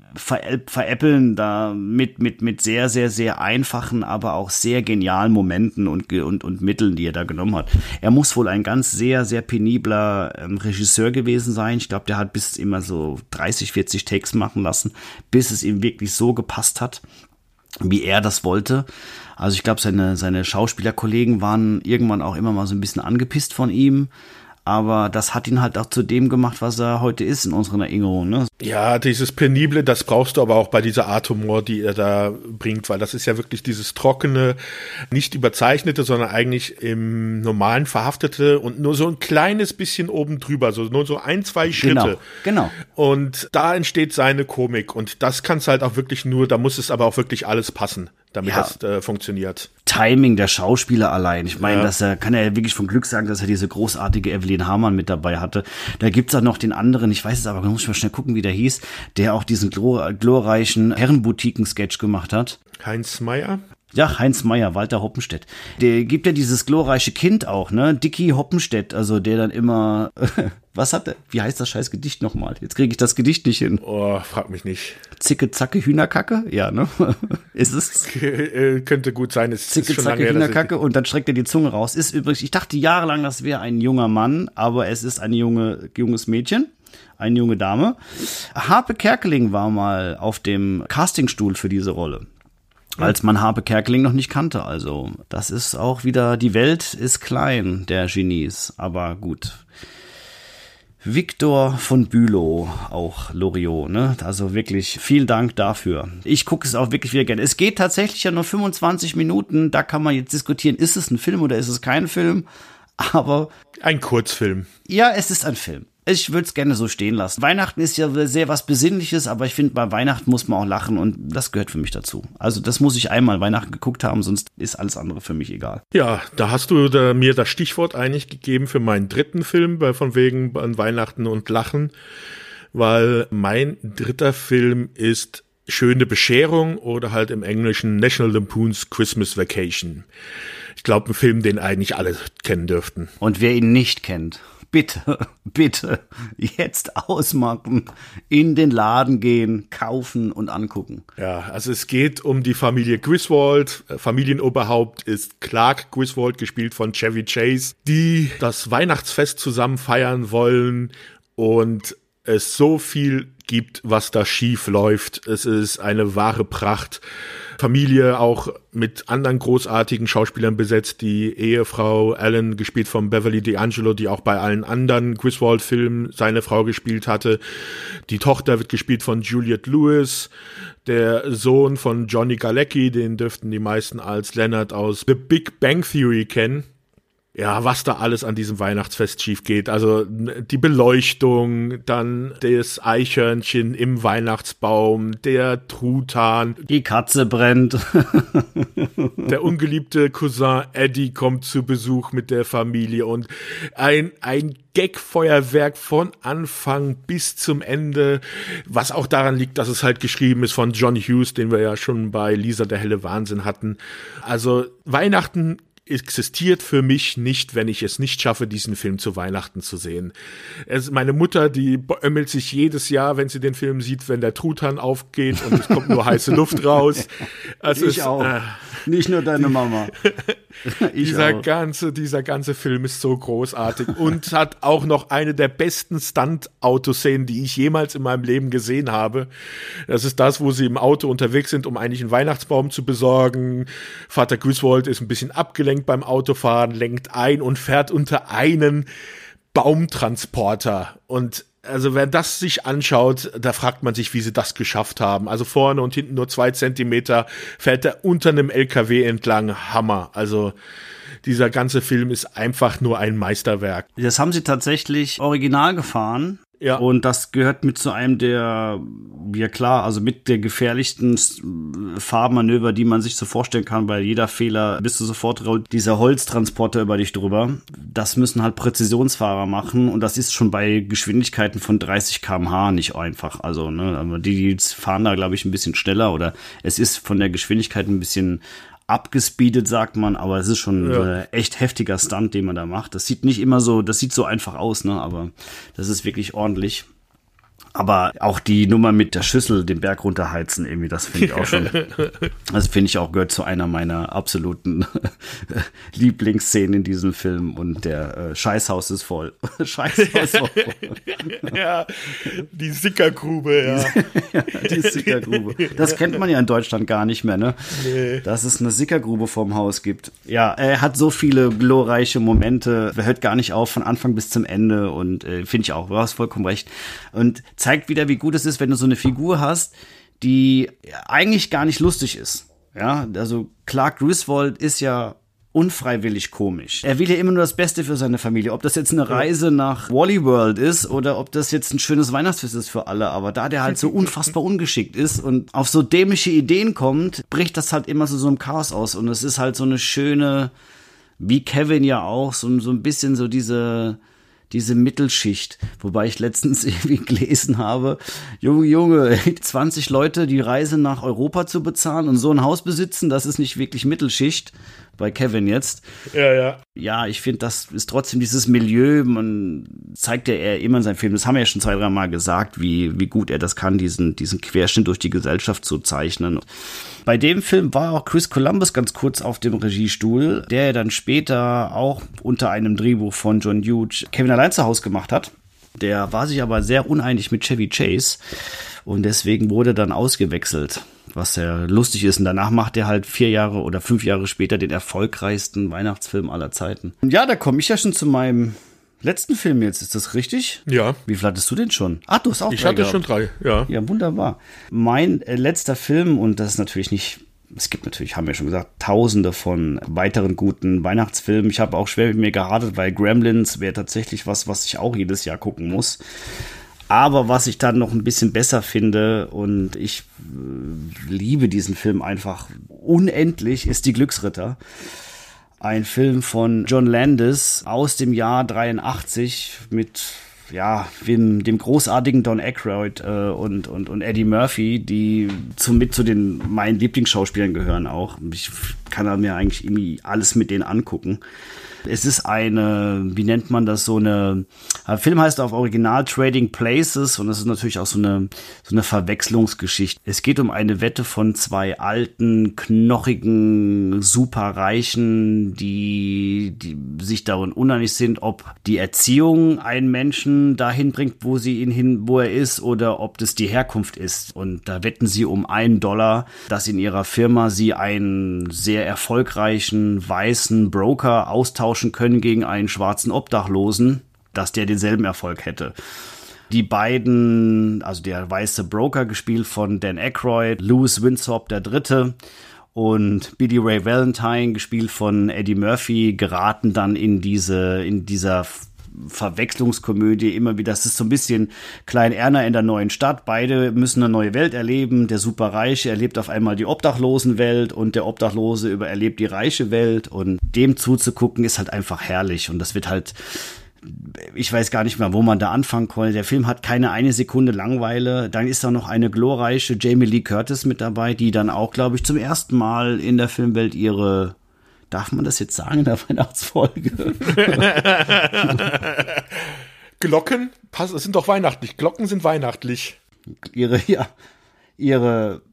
veräppeln da mit, mit, mit sehr, sehr, sehr einfachen, aber auch sehr genialen Momenten und, und, und Mitteln, die er da genommen hat. Er muss wohl ein ganz sehr, sehr penibler ähm, Regisseur gewesen sein. Ich glaube, der hat bis immer so dreißig, vierzig Takes machen lassen, bis es ihm wirklich so gepasst hat, wie er das wollte. Also ich glaube, seine, seine Schauspielerkollegen waren irgendwann auch immer mal so ein bisschen angepisst von ihm. Aber das hat ihn halt auch zu dem gemacht, was er heute ist in unseren Erinnerungen. Ne? Ja, dieses Penible, das brauchst du aber auch bei dieser Art Humor, die er da bringt, weil das ist ja wirklich dieses trockene, nicht überzeichnete, sondern eigentlich im Normalen verhaftete und nur so ein kleines bisschen oben drüber, so nur so ein, zwei Schritte. Genau, genau. Und da entsteht seine Komik und das kannst halt auch wirklich nur, da muss es aber auch wirklich alles passen, damit ja. das äh, funktioniert. Timing der Schauspieler allein. Ich meine, ja. dass er, kann er ja wirklich von Glück sagen, dass er diese großartige Evelyn Hamann mit dabei hatte. Da gibt's auch noch den anderen, ich weiß es aber, da muss ich mal schnell gucken, wie der hieß, der auch diesen glor- glorreichen Herrenboutiquen-Sketch gemacht hat. Heinz Meyer? Ja, Heinz Meyer, Walter Hoppenstedt. Der gibt ja dieses glorreiche Kind auch, ne? Dicky Hoppenstedt, also der dann immer, was hat der, wie heißt das scheiß Gedicht nochmal? Jetzt kriege ich das Gedicht nicht hin. Oh, frag mich nicht. Zicke, Zacke, Hühnerkacke? Ja, ne? Ist es? K- könnte gut sein. Es Zicke, ist schon Zacke, lange her, Hühnerkacke und dann streckt er die Zunge raus. Ist übrigens, ich dachte jahrelang, das wäre ein junger Mann, aber es ist ein junge, junges Mädchen. Eine junge Dame. Harpe Kerkeling war mal auf dem Castingstuhl für diese Rolle. Als man Harpe Kerkeling noch nicht kannte. Also das ist auch wieder, die Welt ist klein, der Genies. Aber gut. Victor von Bülow, auch Loriot, ne? Also wirklich vielen Dank dafür. Ich gucke es auch wirklich wieder gerne. Es geht tatsächlich ja nur fünfundzwanzig Minuten. Da kann man jetzt diskutieren, ist es ein Film oder ist es kein Film? Aber ein Kurzfilm. Ja, es ist ein Film. Ich würde es gerne so stehen lassen. Weihnachten ist ja sehr was Besinnliches, aber ich finde, bei Weihnachten muss man auch lachen und das gehört für mich dazu. Also das muss ich einmal Weihnachten geguckt haben, sonst ist alles andere für mich egal. Ja, da hast du da mir das Stichwort eigentlich gegeben für meinen dritten Film, bei von wegen an Weihnachten und Lachen, weil mein dritter Film ist Schöne Bescherung oder halt im Englischen National Lampoon's Christmas Vacation. Ich glaube, ein Film, den eigentlich alle kennen dürften. Und wer ihn nicht kennt, bitte, bitte jetzt ausmachen, in den Laden gehen, kaufen und angucken. Ja, also es geht um die Familie Griswold. Familienoberhaupt ist Clark Griswold, gespielt von Chevy Chase, die das Weihnachtsfest zusammen feiern wollen und es so viel gibt, was da schief läuft. Es ist eine wahre Pracht. Familie auch mit anderen großartigen Schauspielern besetzt. Die Ehefrau Ellen, gespielt von Beverly D'Angelo, die auch bei allen anderen Griswold-Filmen seine Frau gespielt hatte. Die Tochter wird gespielt von Juliette Lewis. Der Sohn von Johnny Galecki, den dürften die meisten als Leonard aus The Big Bang Theory kennen. Ja, was da alles an diesem Weihnachtsfest schief geht. Also die Beleuchtung, dann das Eichhörnchen im Weihnachtsbaum, der Truthahn. Die Katze brennt. Der ungeliebte Cousin Eddie kommt zu Besuch mit der Familie und ein, ein Gag-Feuerwerk von Anfang bis zum Ende, was auch daran liegt, dass es halt geschrieben ist von John Hughes, den wir ja schon bei Lisa der helle Wahnsinn hatten. Also Weihnachten existiert für mich nicht, wenn ich es nicht schaffe, diesen Film zu Weihnachten zu sehen. Es, meine Mutter, die beömmelt sich jedes Jahr, wenn sie den Film sieht, wenn der Truthahn aufgeht und es kommt nur heiße Luft raus. Also ich es, auch. Äh, nicht nur deine Mama. dieser auch. ganze, dieser ganze Film ist so großartig und hat auch noch eine der besten Stunt-Autoszenen, die ich jemals in meinem Leben gesehen habe. Das ist das, wo sie im Auto unterwegs sind, um eigentlich einen Weihnachtsbaum zu besorgen. Vater Griswold ist ein bisschen abgelenkt beim Autofahren, lenkt ein und fährt unter einen Baumtransporter. Und also wer das sich anschaut, da fragt man sich, wie sie das geschafft haben. Also vorne und hinten nur zwei Zentimeter fährt er unter einem L K W entlang. Hammer. Also dieser ganze Film ist einfach nur ein Meisterwerk. Das haben sie tatsächlich original gefahren. Ja. Und das gehört mit zu einem der, ja klar, also mit der gefährlichsten Fahrmanöver, die man sich so vorstellen kann, weil jeder Fehler bist du sofort rollt dieser Holztransporter über dich drüber. Das müssen halt Präzisionsfahrer machen und das ist schon bei Geschwindigkeiten von dreißig Kilometer pro Stunde nicht einfach. Also, ne, aber die, die fahren da, glaube ich, ein bisschen schneller oder es ist von der Geschwindigkeit ein bisschen abgespeedet, sagt man, aber es ist schon ja. ein echt heftiger Stunt, den man da macht. Das sieht nicht immer so, das sieht so einfach aus, ne, aber das ist wirklich ordentlich. Aber auch die Nummer mit der Schüssel den Berg runterheizen, irgendwie, das finde ich auch schon, das finde ich auch, gehört zu einer meiner absoluten Lieblingsszenen in diesem Film und der äh, Scheißhaus ist voll. Scheißhaus voll. Ja, die Sickergrube, ja. Ja, die Sickergrube. Das kennt man ja in Deutschland gar nicht mehr, ne? Nee. Dass es eine Sickergrube vorm Haus gibt. Ja, er hat so viele glorreiche Momente, er hört gar nicht auf von Anfang bis zum Ende und äh, finde ich auch, du hast vollkommen recht. Und zeigt wieder, wie gut es ist, wenn du so eine Figur hast, die eigentlich gar nicht lustig ist. Ja, also Clark Griswold ist ja unfreiwillig komisch. Er will ja immer nur das Beste für seine Familie. Ob das jetzt eine Reise nach Wally World ist oder ob das jetzt ein schönes Weihnachtsfest ist für alle. Aber da der halt so unfassbar ungeschickt ist und auf so dämliche Ideen kommt, bricht das halt immer so, so einem Chaos aus. Und es ist halt so eine schöne, wie Kevin ja auch, so, so ein bisschen so diese diese Mittelschicht. Wobei ich letztens irgendwie gelesen habe, Junge, Junge, zwanzig Leute die Reise nach Europa zu bezahlen und so ein Haus besitzen, das ist nicht wirklich Mittelschicht. Bei Kevin jetzt. Ja, ja. Ja, ich finde, das ist trotzdem dieses Milieu, man zeigt ja eher immer in seinem Film, das haben wir ja schon zwei, drei Mal gesagt, wie, wie gut er das kann, diesen, diesen Querschnitt durch die Gesellschaft zu zeichnen. Bei dem Film war auch Chris Columbus ganz kurz auf dem Regiestuhl, der ja dann später auch unter einem Drehbuch von John Hughes Kevin allein zu Hause gemacht hat. Der war sich aber sehr uneinig mit Chevy Chase und deswegen wurde dann ausgewechselt, was sehr lustig ist. Und danach macht er halt vier Jahre oder fünf Jahre später den erfolgreichsten Weihnachtsfilm aller Zeiten. Und ja, da komme ich ja schon zu meinem letzten Film jetzt. Ist das richtig? Ja. Wie viel hattest du denn schon? Ach, du hast auch ich drei hatte gehabt. schon drei, ja. Ja, wunderbar. Mein äh, letzter Film, und das ist natürlich nicht, es gibt natürlich, haben wir schon gesagt, tausende von weiteren guten Weihnachtsfilmen. Ich habe auch schwer mit mir gehadert, weil Gremlins wäre tatsächlich was, was ich auch jedes Jahr gucken muss. Aber was ich dann noch ein bisschen besser finde, und ich äh, liebe diesen Film einfach unendlich, ist Die Glücksritter. Ein Film von John Landis aus dem Jahr dreiundachtzig mit ja, dem, dem großartigen Don Aykroyd äh, und, und, und Eddie Murphy, die zu, mit zu den meinen Lieblingsschauspielern gehören auch. Ich kann mir eigentlich irgendwie alles mit denen angucken. Es ist eine, wie nennt man das, so eine, der Film heißt auf Original Trading Places und das ist natürlich auch so eine, so eine Verwechslungsgeschichte. Es geht um eine Wette von zwei alten, knochigen, Superreichen, die, die sich darin uneinig sind, ob die Erziehung einen Menschen dahin bringt, wo sie ihn hin, wo er ist, oder ob das die Herkunft ist. Und da wetten sie um einen Dollar, dass in ihrer Firma sie einen sehr erfolgreichen, weißen Broker austauschen können gegen einen schwarzen Obdachlosen, dass der denselben Erfolg hätte. Die beiden, also der weiße Broker, gespielt von Dan Aykroyd, Louis Winthrop der Dritte und Billy Ray Valentine, gespielt von Eddie Murphy, geraten dann in diese, in dieser Verwechslungskomödie immer wieder. Das ist so ein bisschen Klein Erna in der neuen Stadt. Beide müssen eine neue Welt erleben. Der Superreiche erlebt auf einmal die Obdachlosenwelt und der Obdachlose über erlebt die reiche Welt. Und dem zuzugucken ist halt einfach herrlich. Und das wird halt, ich weiß gar nicht mehr, wo man da anfangen konnte. Der Film hat keine eine Sekunde Langeweile. Dann ist da noch eine glorreiche Jamie Lee Curtis mit dabei, die dann auch, glaube ich, zum ersten Mal in der Filmwelt ihre, darf man das jetzt sagen in der Weihnachtsfolge? Glocken? Pass, es sind doch weihnachtlich. Glocken sind weihnachtlich. Ihre, ja, ihre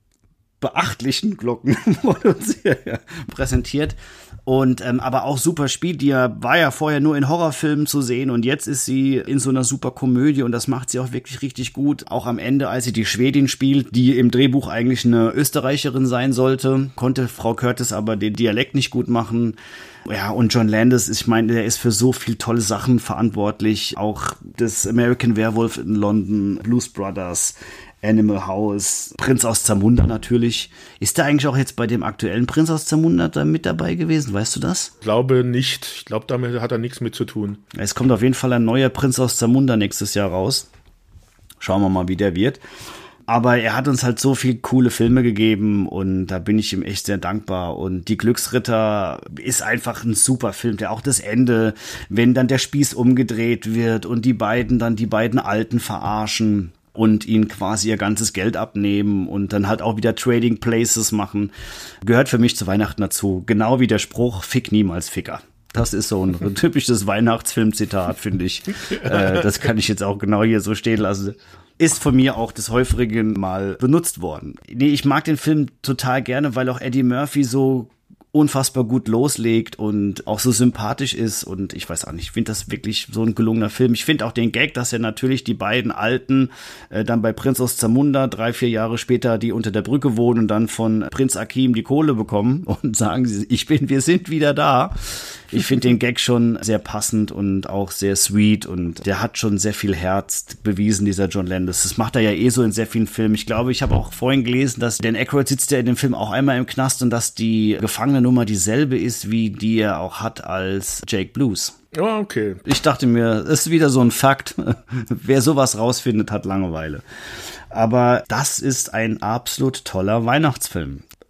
beachtlichen Glocken wurden uns hier ja präsentiert. Und ähm, aber auch super Spiel, die war ja vorher nur in Horrorfilmen zu sehen und jetzt ist sie in so einer super Komödie und das macht sie auch wirklich richtig gut. Auch am Ende, als sie die Schwedin spielt, die im Drehbuch eigentlich eine Österreicherin sein sollte, konnte Frau Curtis aber den Dialekt nicht gut machen. Ja, und John Landis, ich meine, der ist für so viel tolle Sachen verantwortlich. Auch das American Werewolf in London, Blues Brothers, Animal House, Prinz aus Zamunda natürlich. Ist der eigentlich auch jetzt bei dem aktuellen Prinz aus Zamunda da mit dabei gewesen? Weißt du das? Ich glaube nicht. Ich glaube, damit hat er nichts mit zu tun. Es kommt auf jeden Fall ein neuer Prinz aus Zamunda nächstes Jahr raus. Schauen wir mal, wie der wird. Aber er hat uns halt so viel coole Filme gegeben und da bin ich ihm echt sehr dankbar. Und Die Glücksritter ist einfach ein super Film, der auch das Ende, wenn dann der Spieß umgedreht wird und die beiden dann die beiden Alten verarschen und ihnen quasi ihr ganzes Geld abnehmen und dann halt auch wieder Trading Places machen, gehört für mich zu Weihnachten dazu. Genau wie der Spruch, Fick niemals Ficker. Das ist so ein typisches Weihnachtsfilmzitat, finde ich. Äh, das kann ich jetzt auch genau hier so stehen lassen. Ist von mir auch des Häufigen mal benutzt worden. Nee, ich mag den Film total gerne, weil auch Eddie Murphy so unfassbar gut loslegt und auch so sympathisch ist und ich weiß auch nicht, ich finde das wirklich so ein gelungener Film. Ich finde auch den Gag, dass er natürlich die beiden Alten äh, dann bei Prinz aus Zamunda drei, vier Jahre später, die unter der Brücke wohnen und dann von Prinz Akim die Kohle bekommen und sagen, ich bin, wir sind wieder da. Ich finde den Gag schon sehr passend und auch sehr sweet und der hat schon sehr viel Herz bewiesen, dieser John Landis. Das macht er ja eh so in sehr vielen Filmen. Ich glaube, ich habe auch vorhin gelesen, dass Dan Aykroyd sitzt ja in dem Film auch einmal im Knast und dass die Gefangenennummer dieselbe ist, wie die er auch hat als Jake Blues. Oh, okay. Ich dachte mir, das ist wieder so ein Fakt. Wer sowas rausfindet, hat Langeweile. Aber das ist ein absolut toller Weihnachtsfilm.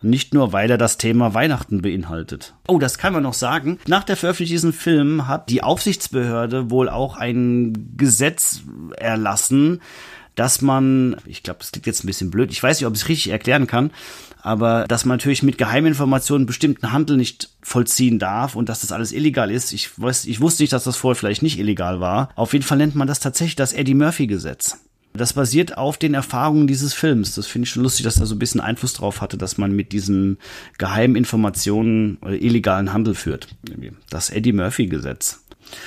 Nicht nur, weil er das Thema Weihnachten beinhaltet. Oh, das kann man noch sagen. Nach der Veröffentlichung dieses Films hat die Aufsichtsbehörde wohl auch ein Gesetz erlassen, dass man, ich glaube, das klingt jetzt ein bisschen blöd, ich weiß nicht, ob ich es richtig erklären kann, aber dass man natürlich mit Geheiminformationen bestimmten Handel nicht vollziehen darf und dass das alles illegal ist. Ich weiß, ich wusste nicht, dass das vorher vielleicht nicht illegal war. Auf jeden Fall nennt man das tatsächlich das Eddie Murphy-Gesetz. Das basiert auf den Erfahrungen dieses Films. Das finde ich schon lustig, dass da so ein bisschen Einfluss drauf hatte, dass man mit diesen geheimen Informationen oder illegalen Handel führt. Das Eddie Murphy-Gesetz.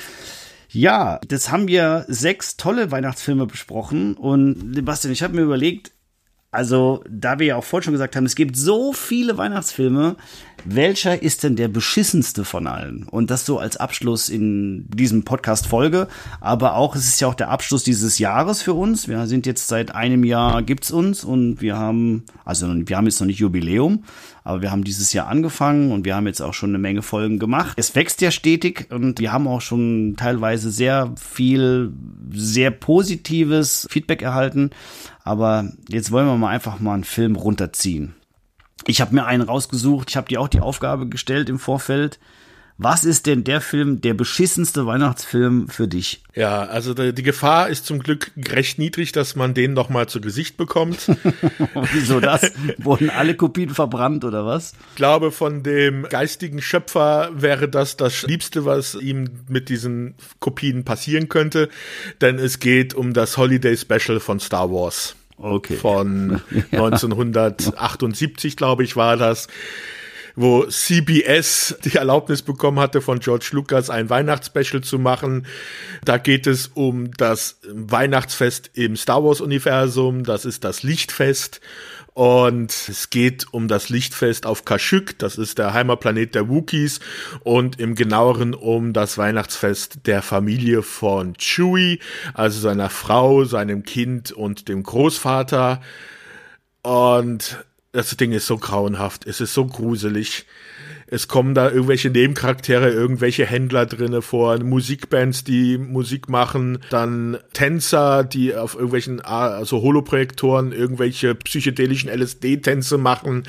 Ja, das haben wir sechs tolle Weihnachtsfilme besprochen und Sebastian, ich habe mir überlegt, also da wir ja auch vorhin schon gesagt haben, es gibt so viele Weihnachtsfilme, welcher ist denn der beschissenste von allen? Und das so als Abschluss in diesem Podcast-Folge, aber auch, es ist ja auch der Abschluss dieses Jahres für uns. Wir sind jetzt seit einem Jahr, gibt's uns und wir haben, also wir haben jetzt noch nicht Jubiläum, aber wir haben dieses Jahr angefangen und wir haben jetzt auch schon eine Menge Folgen gemacht. Es wächst ja stetig und wir haben auch schon teilweise sehr viel, sehr positives Feedback erhalten. Aber jetzt wollen wir mal einfach mal einen Film runterziehen. Ich habe mir einen rausgesucht. Ich habe dir auch die Aufgabe gestellt im Vorfeld. Was ist denn der Film, der beschissenste Weihnachtsfilm für dich? Ja, also die, die Gefahr ist zum Glück recht niedrig, dass man den noch mal zu Gesicht bekommt. Wieso das? Wurden alle Kopien verbrannt oder was? Ich glaube, von dem geistigen Schöpfer wäre das das Liebste, was ihm mit diesen Kopien passieren könnte. Denn es geht um das Holiday Special von Star Wars. Okay. Von ja. neunzehnhundertachtundsiebzig, glaube ich, war das, wo C B S die Erlaubnis bekommen hatte, von George Lucas ein Weihnachtsspecial zu machen. Da geht es um das Weihnachtsfest im Star Wars-Universum, das ist das Lichtfest. Und es geht um das Lichtfest auf Kashyyyk, das ist der Heimatplanet der Wookiees, und im Genaueren um das Weihnachtsfest der Familie von Chewie, also seiner Frau, seinem Kind und dem Großvater. Und das Ding ist so grauenhaft, es ist so gruselig. Es kommen da irgendwelche Nebencharaktere, irgendwelche Händler drinne vor, Musikbands, die Musik machen, dann Tänzer, die auf irgendwelchen also Holoprojektoren irgendwelche psychedelischen L S D-Tänze machen.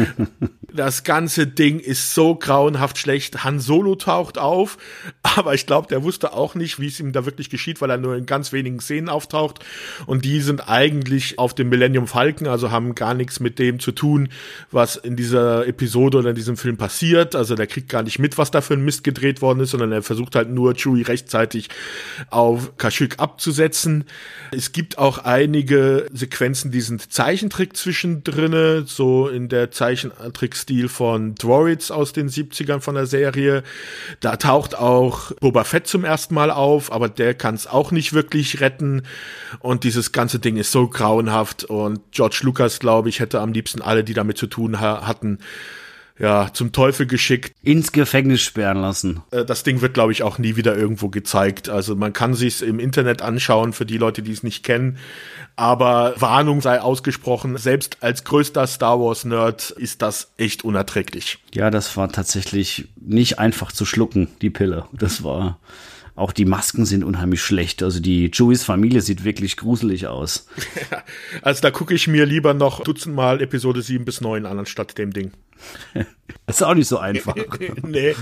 Das ganze Ding ist so grauenhaft schlecht. Han Solo taucht auf, aber ich glaube, der wusste auch nicht, wie es ihm da wirklich geschieht, weil er nur in ganz wenigen Szenen auftaucht. Und die sind eigentlich auf dem Millennium Falcon, also haben gar nichts mit dem zu tun, was in dieser Episode oder in diesem Film passiert. Also der kriegt gar nicht mit, was da für ein Mist gedreht worden ist, sondern er versucht halt nur, Chewie rechtzeitig auf Kashyyyk abzusetzen. Es gibt auch einige Sequenzen, die sind Zeichentrick zwischendrin, so in der Zeichentrickstil von Droids aus den siebzigern von der Serie. Da taucht auch Boba Fett zum ersten Mal auf, aber der kann es auch nicht wirklich retten. Und dieses ganze Ding ist so grauenhaft. Und George Lucas, glaube ich, hätte am liebsten alle, die damit zu tun ha- hatten, ja, zum Teufel geschickt. Ins Gefängnis sperren lassen. Das Ding wird, glaube ich, auch nie wieder irgendwo gezeigt. Also man kann sich's im Internet anschauen für die Leute, die es nicht kennen. Aber Warnung sei ausgesprochen, selbst als größter Star Wars-Nerd ist das echt unerträglich. Ja, das war tatsächlich nicht einfach zu schlucken, die Pille. Das war... Auch die Masken sind unheimlich schlecht. Also die Chewies Familie sieht wirklich gruselig aus. Also da gucke ich mir lieber noch dutzendmal Episode sieben bis neun an, anstatt dem Ding. Das ist auch nicht so einfach. Nee.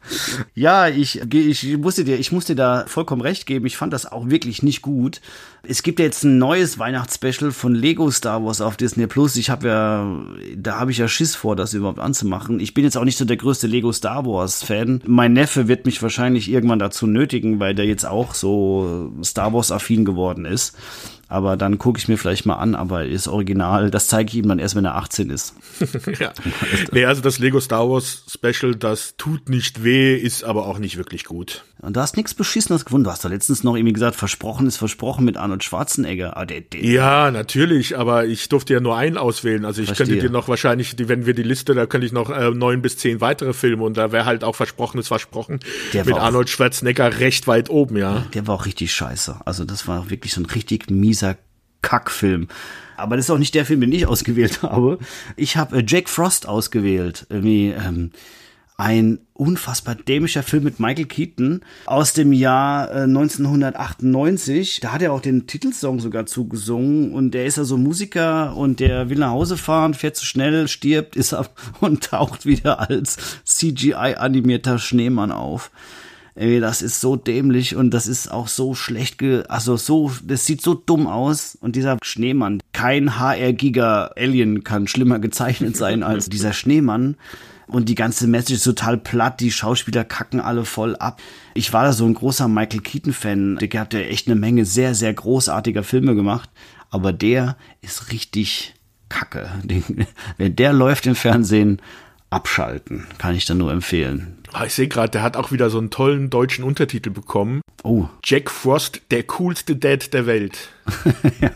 Ja, ich, ich, musste dir, ich musste da vollkommen recht geben. Ich fand das auch wirklich nicht gut. Es gibt ja jetzt ein neues Weihnachtsspecial von Lego Star Wars auf Disney Plus. Ich habe ja, da habe ich ja Schiss vor, das überhaupt anzumachen. Ich bin jetzt auch nicht so der größte Lego Star Wars Fan. Mein Neffe wird mich wahrscheinlich irgendwann dazu nötigen, weil der jetzt auch so Star Wars affin geworden ist. Aber dann gucke ich mir vielleicht mal an, aber das Original, das zeige ich ihm dann erst, wenn er achtzehn ist. Ja. Nee, also das Lego Star Wars Special, das tut nicht weh, ist aber auch nicht wirklich gut. Und du hast nichts Beschissenes gefunden. Du hast doch letztens noch irgendwie gesagt, versprochen ist versprochen mit Arnold Schwarzenegger. Ah, der, der, ja, natürlich, aber ich durfte ja nur einen auswählen. Also ich Verstehe. könnte dir noch wahrscheinlich, wenn wir die Liste, da könnte ich noch äh, neun bis zehn weitere Filme und da wäre halt auch versprochen ist versprochen der mit Arnold Schwarzenegger recht weit oben, ja. Der war auch richtig scheiße. Also das war wirklich so ein richtig mieser Kackfilm. Aber das ist auch nicht der Film, den ich ausgewählt habe. Ich habe äh, Jack Frost ausgewählt. Irgendwie, ähm, Ein unfassbar dämlicher Film mit Michael Keaton aus dem Jahr äh, neunzehnhundertachtundneunzig. Da hat er auch den Titelsong sogar zugesungen und der ist ja so Musiker und der will nach Hause fahren, fährt zu schnell, stirbt, ist ab und taucht wieder als C G I-animierter Schneemann auf. Ey, das ist so dämlich und das ist auch so schlecht, ge also so, das sieht so dumm aus und dieser Schneemann, kein H R-Giga-Alien kann schlimmer gezeichnet sein als dieser Schneemann. Und die ganze Message ist total platt, die Schauspieler kacken alle voll ab. Ich war da so ein großer Michael Keaton-Fan, der hat ja echt eine Menge sehr, sehr großartiger Filme gemacht, aber der ist richtig kacke. Den, wenn der läuft im Fernsehen, abschalten, kann ich dann nur empfehlen. Ich sehe gerade, der hat auch wieder so einen tollen deutschen Untertitel bekommen. Oh. Jack Frost, der coolste Dad der Welt. Ja.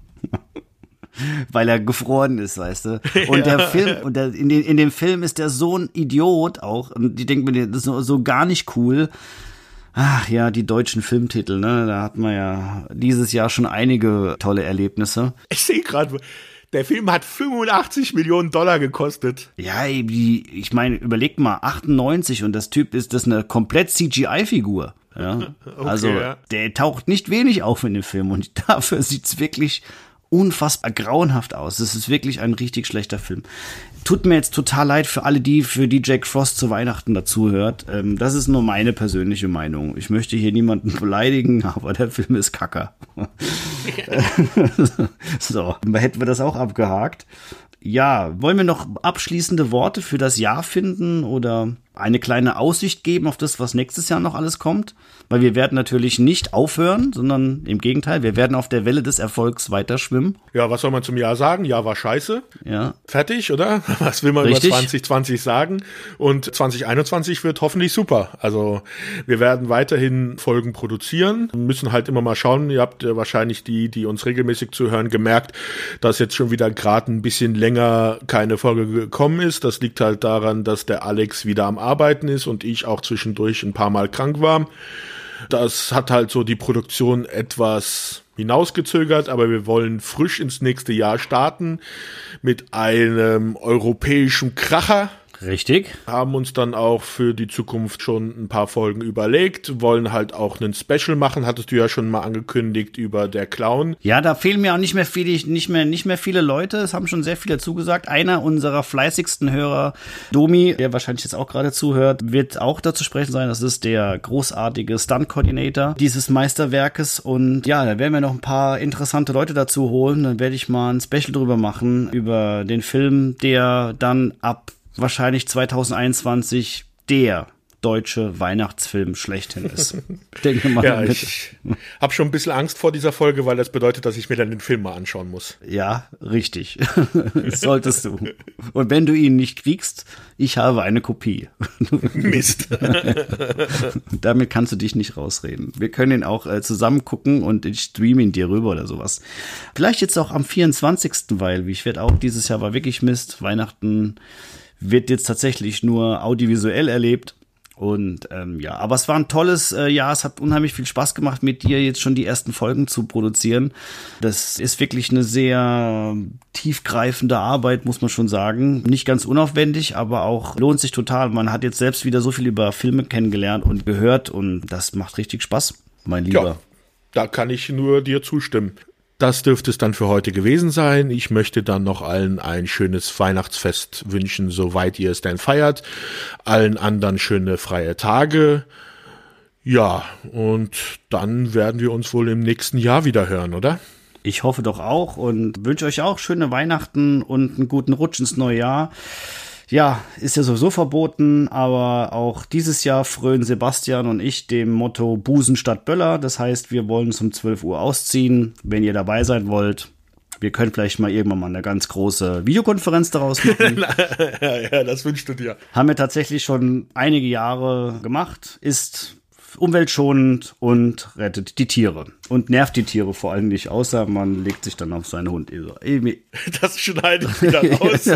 Weil er gefroren ist, weißt du. Und ja. der Film, und der, in, den, in dem Film ist der so ein Idiot auch. Und die denken mir, das ist so, so gar nicht cool. Ach ja, die deutschen Filmtitel, ne? Da hat man ja dieses Jahr schon einige tolle Erlebnisse. Ich sehe gerade, der Film hat fünfundachtzig Millionen Dollar gekostet. Ja, ich meine, überleg mal, achtundneunzig und das Typ ist das eine komplett C G I-Figur. Ja? Okay, also ja. Der taucht nicht wenig auf in dem Film und dafür sieht's wirklich unfassbar grauenhaft aus. Das ist wirklich ein richtig schlechter Film. Tut mir jetzt total leid für alle, die für die Jack Frost zu Weihnachten dazuhört. Ähm, das ist nur meine persönliche Meinung. Ich möchte hier niemanden beleidigen, aber der Film ist Kacker. So, hätten wir das auch abgehakt. Ja, wollen wir noch abschließende Worte für das Jahr finden oder eine kleine Aussicht geben auf das, was nächstes Jahr noch alles kommt? Weil wir werden natürlich nicht aufhören, sondern im Gegenteil, wir werden auf der Welle des Erfolgs weiter schwimmen. Ja, was soll man zum Jahr sagen? Jahr war scheiße. Ja. Fertig, oder? Was will man Richtig. über zwanzig zwanzig sagen? Und zwanzig einundzwanzig wird hoffentlich super. Also wir werden weiterhin Folgen produzieren, müssen halt immer mal schauen. Ihr habt ja wahrscheinlich die, die uns regelmäßig zuhören, gemerkt, dass jetzt schon wieder gerade ein bisschen länger keine Folge gekommen ist. Das liegt halt daran, dass der Alex wieder am Arbeiten ist und ich auch zwischendurch ein paar Mal krank war. Das hat halt so die Produktion etwas hinausgezögert, aber wir wollen frisch ins nächste Jahr starten mit einem europäischen Kracher. Richtig. Haben uns dann auch für die Zukunft schon ein paar Folgen überlegt, wollen halt auch einen Special machen, hattest du ja schon mal angekündigt, über der Clown. Ja, da fehlen mir auch nicht mehr viele, nicht mehr, nicht mehr viele Leute, es haben schon sehr viele zugesagt. Einer unserer fleißigsten Hörer, Domi, der wahrscheinlich jetzt auch gerade zuhört, wird auch dazu sprechen sein. Das ist der großartige Stunt-Coordinator dieses Meisterwerkes und ja, da werden wir noch ein paar interessante Leute dazu holen. Dann werde ich mal ein Special drüber machen, über den Film, der dann ab wahrscheinlich zwanzig einundzwanzig der deutsche Weihnachtsfilm schlechthin ist. Denke mal. Ja, ich habe schon ein bisschen Angst vor dieser Folge, weil das bedeutet, dass ich mir dann den Film mal anschauen muss. Ja, richtig. Das solltest du. Und wenn du ihn nicht kriegst, ich habe eine Kopie. Mist. Damit kannst du dich nicht rausreden. Wir können ihn auch äh, zusammen gucken und ich streame ihn dir rüber oder sowas. Vielleicht jetzt auch am vierundzwanzigsten weil ich werde auch dieses Jahr war wirklich Mist. Weihnachten wird jetzt tatsächlich nur audiovisuell erlebt. Und ähm, ja, aber es war ein tolles äh, Jahr. Es hat unheimlich viel Spaß gemacht, mit dir jetzt schon die ersten Folgen zu produzieren. Das ist wirklich eine sehr tiefgreifende Arbeit, muss man schon sagen. Nicht ganz unaufwendig, aber auch lohnt sich total. Man hat jetzt selbst wieder so viel über Filme kennengelernt und gehört und das macht richtig Spaß, mein Lieber. Ja, da kann ich nur dir zustimmen. Das dürfte es dann für heute gewesen sein. Ich möchte dann noch allen ein schönes Weihnachtsfest wünschen, soweit ihr es denn feiert. Allen anderen schöne freie Tage. Ja, und dann werden wir uns wohl im nächsten Jahr wieder hören, oder? Ich hoffe doch auch und wünsche euch auch schöne Weihnachten und einen guten Rutsch ins neue Jahr. Ja, ist ja sowieso verboten, aber auch dieses Jahr frönen Sebastian und ich dem Motto Busen statt Böller. Das heißt, wir wollen uns um zwölf Uhr ausziehen. Wenn ihr dabei sein wollt, wir können vielleicht mal irgendwann mal eine ganz große Videokonferenz daraus machen. ja, ja, das wünschst du dir. Haben wir tatsächlich schon einige Jahre gemacht. Ist umweltschonend und rettet die Tiere. Und nervt die Tiere vor allem nicht, außer man legt sich dann auf seinen Hund. Das schneide ich wieder raus.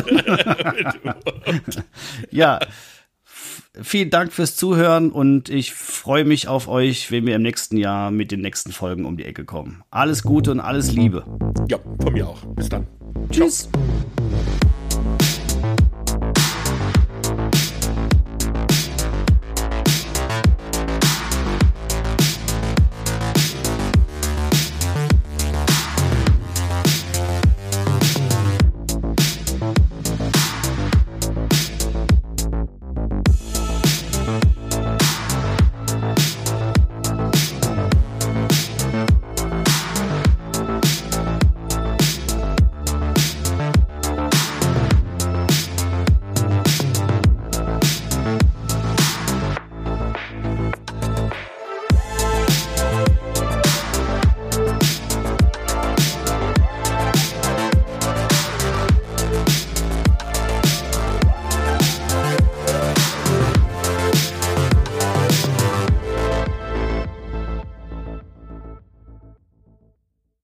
Ja, vielen Dank fürs Zuhören und ich freue mich auf euch, wenn wir im nächsten Jahr mit den nächsten Folgen um die Ecke kommen. Alles Gute und alles Liebe. Ja, von mir auch. Bis dann. Tschüss. Ciao.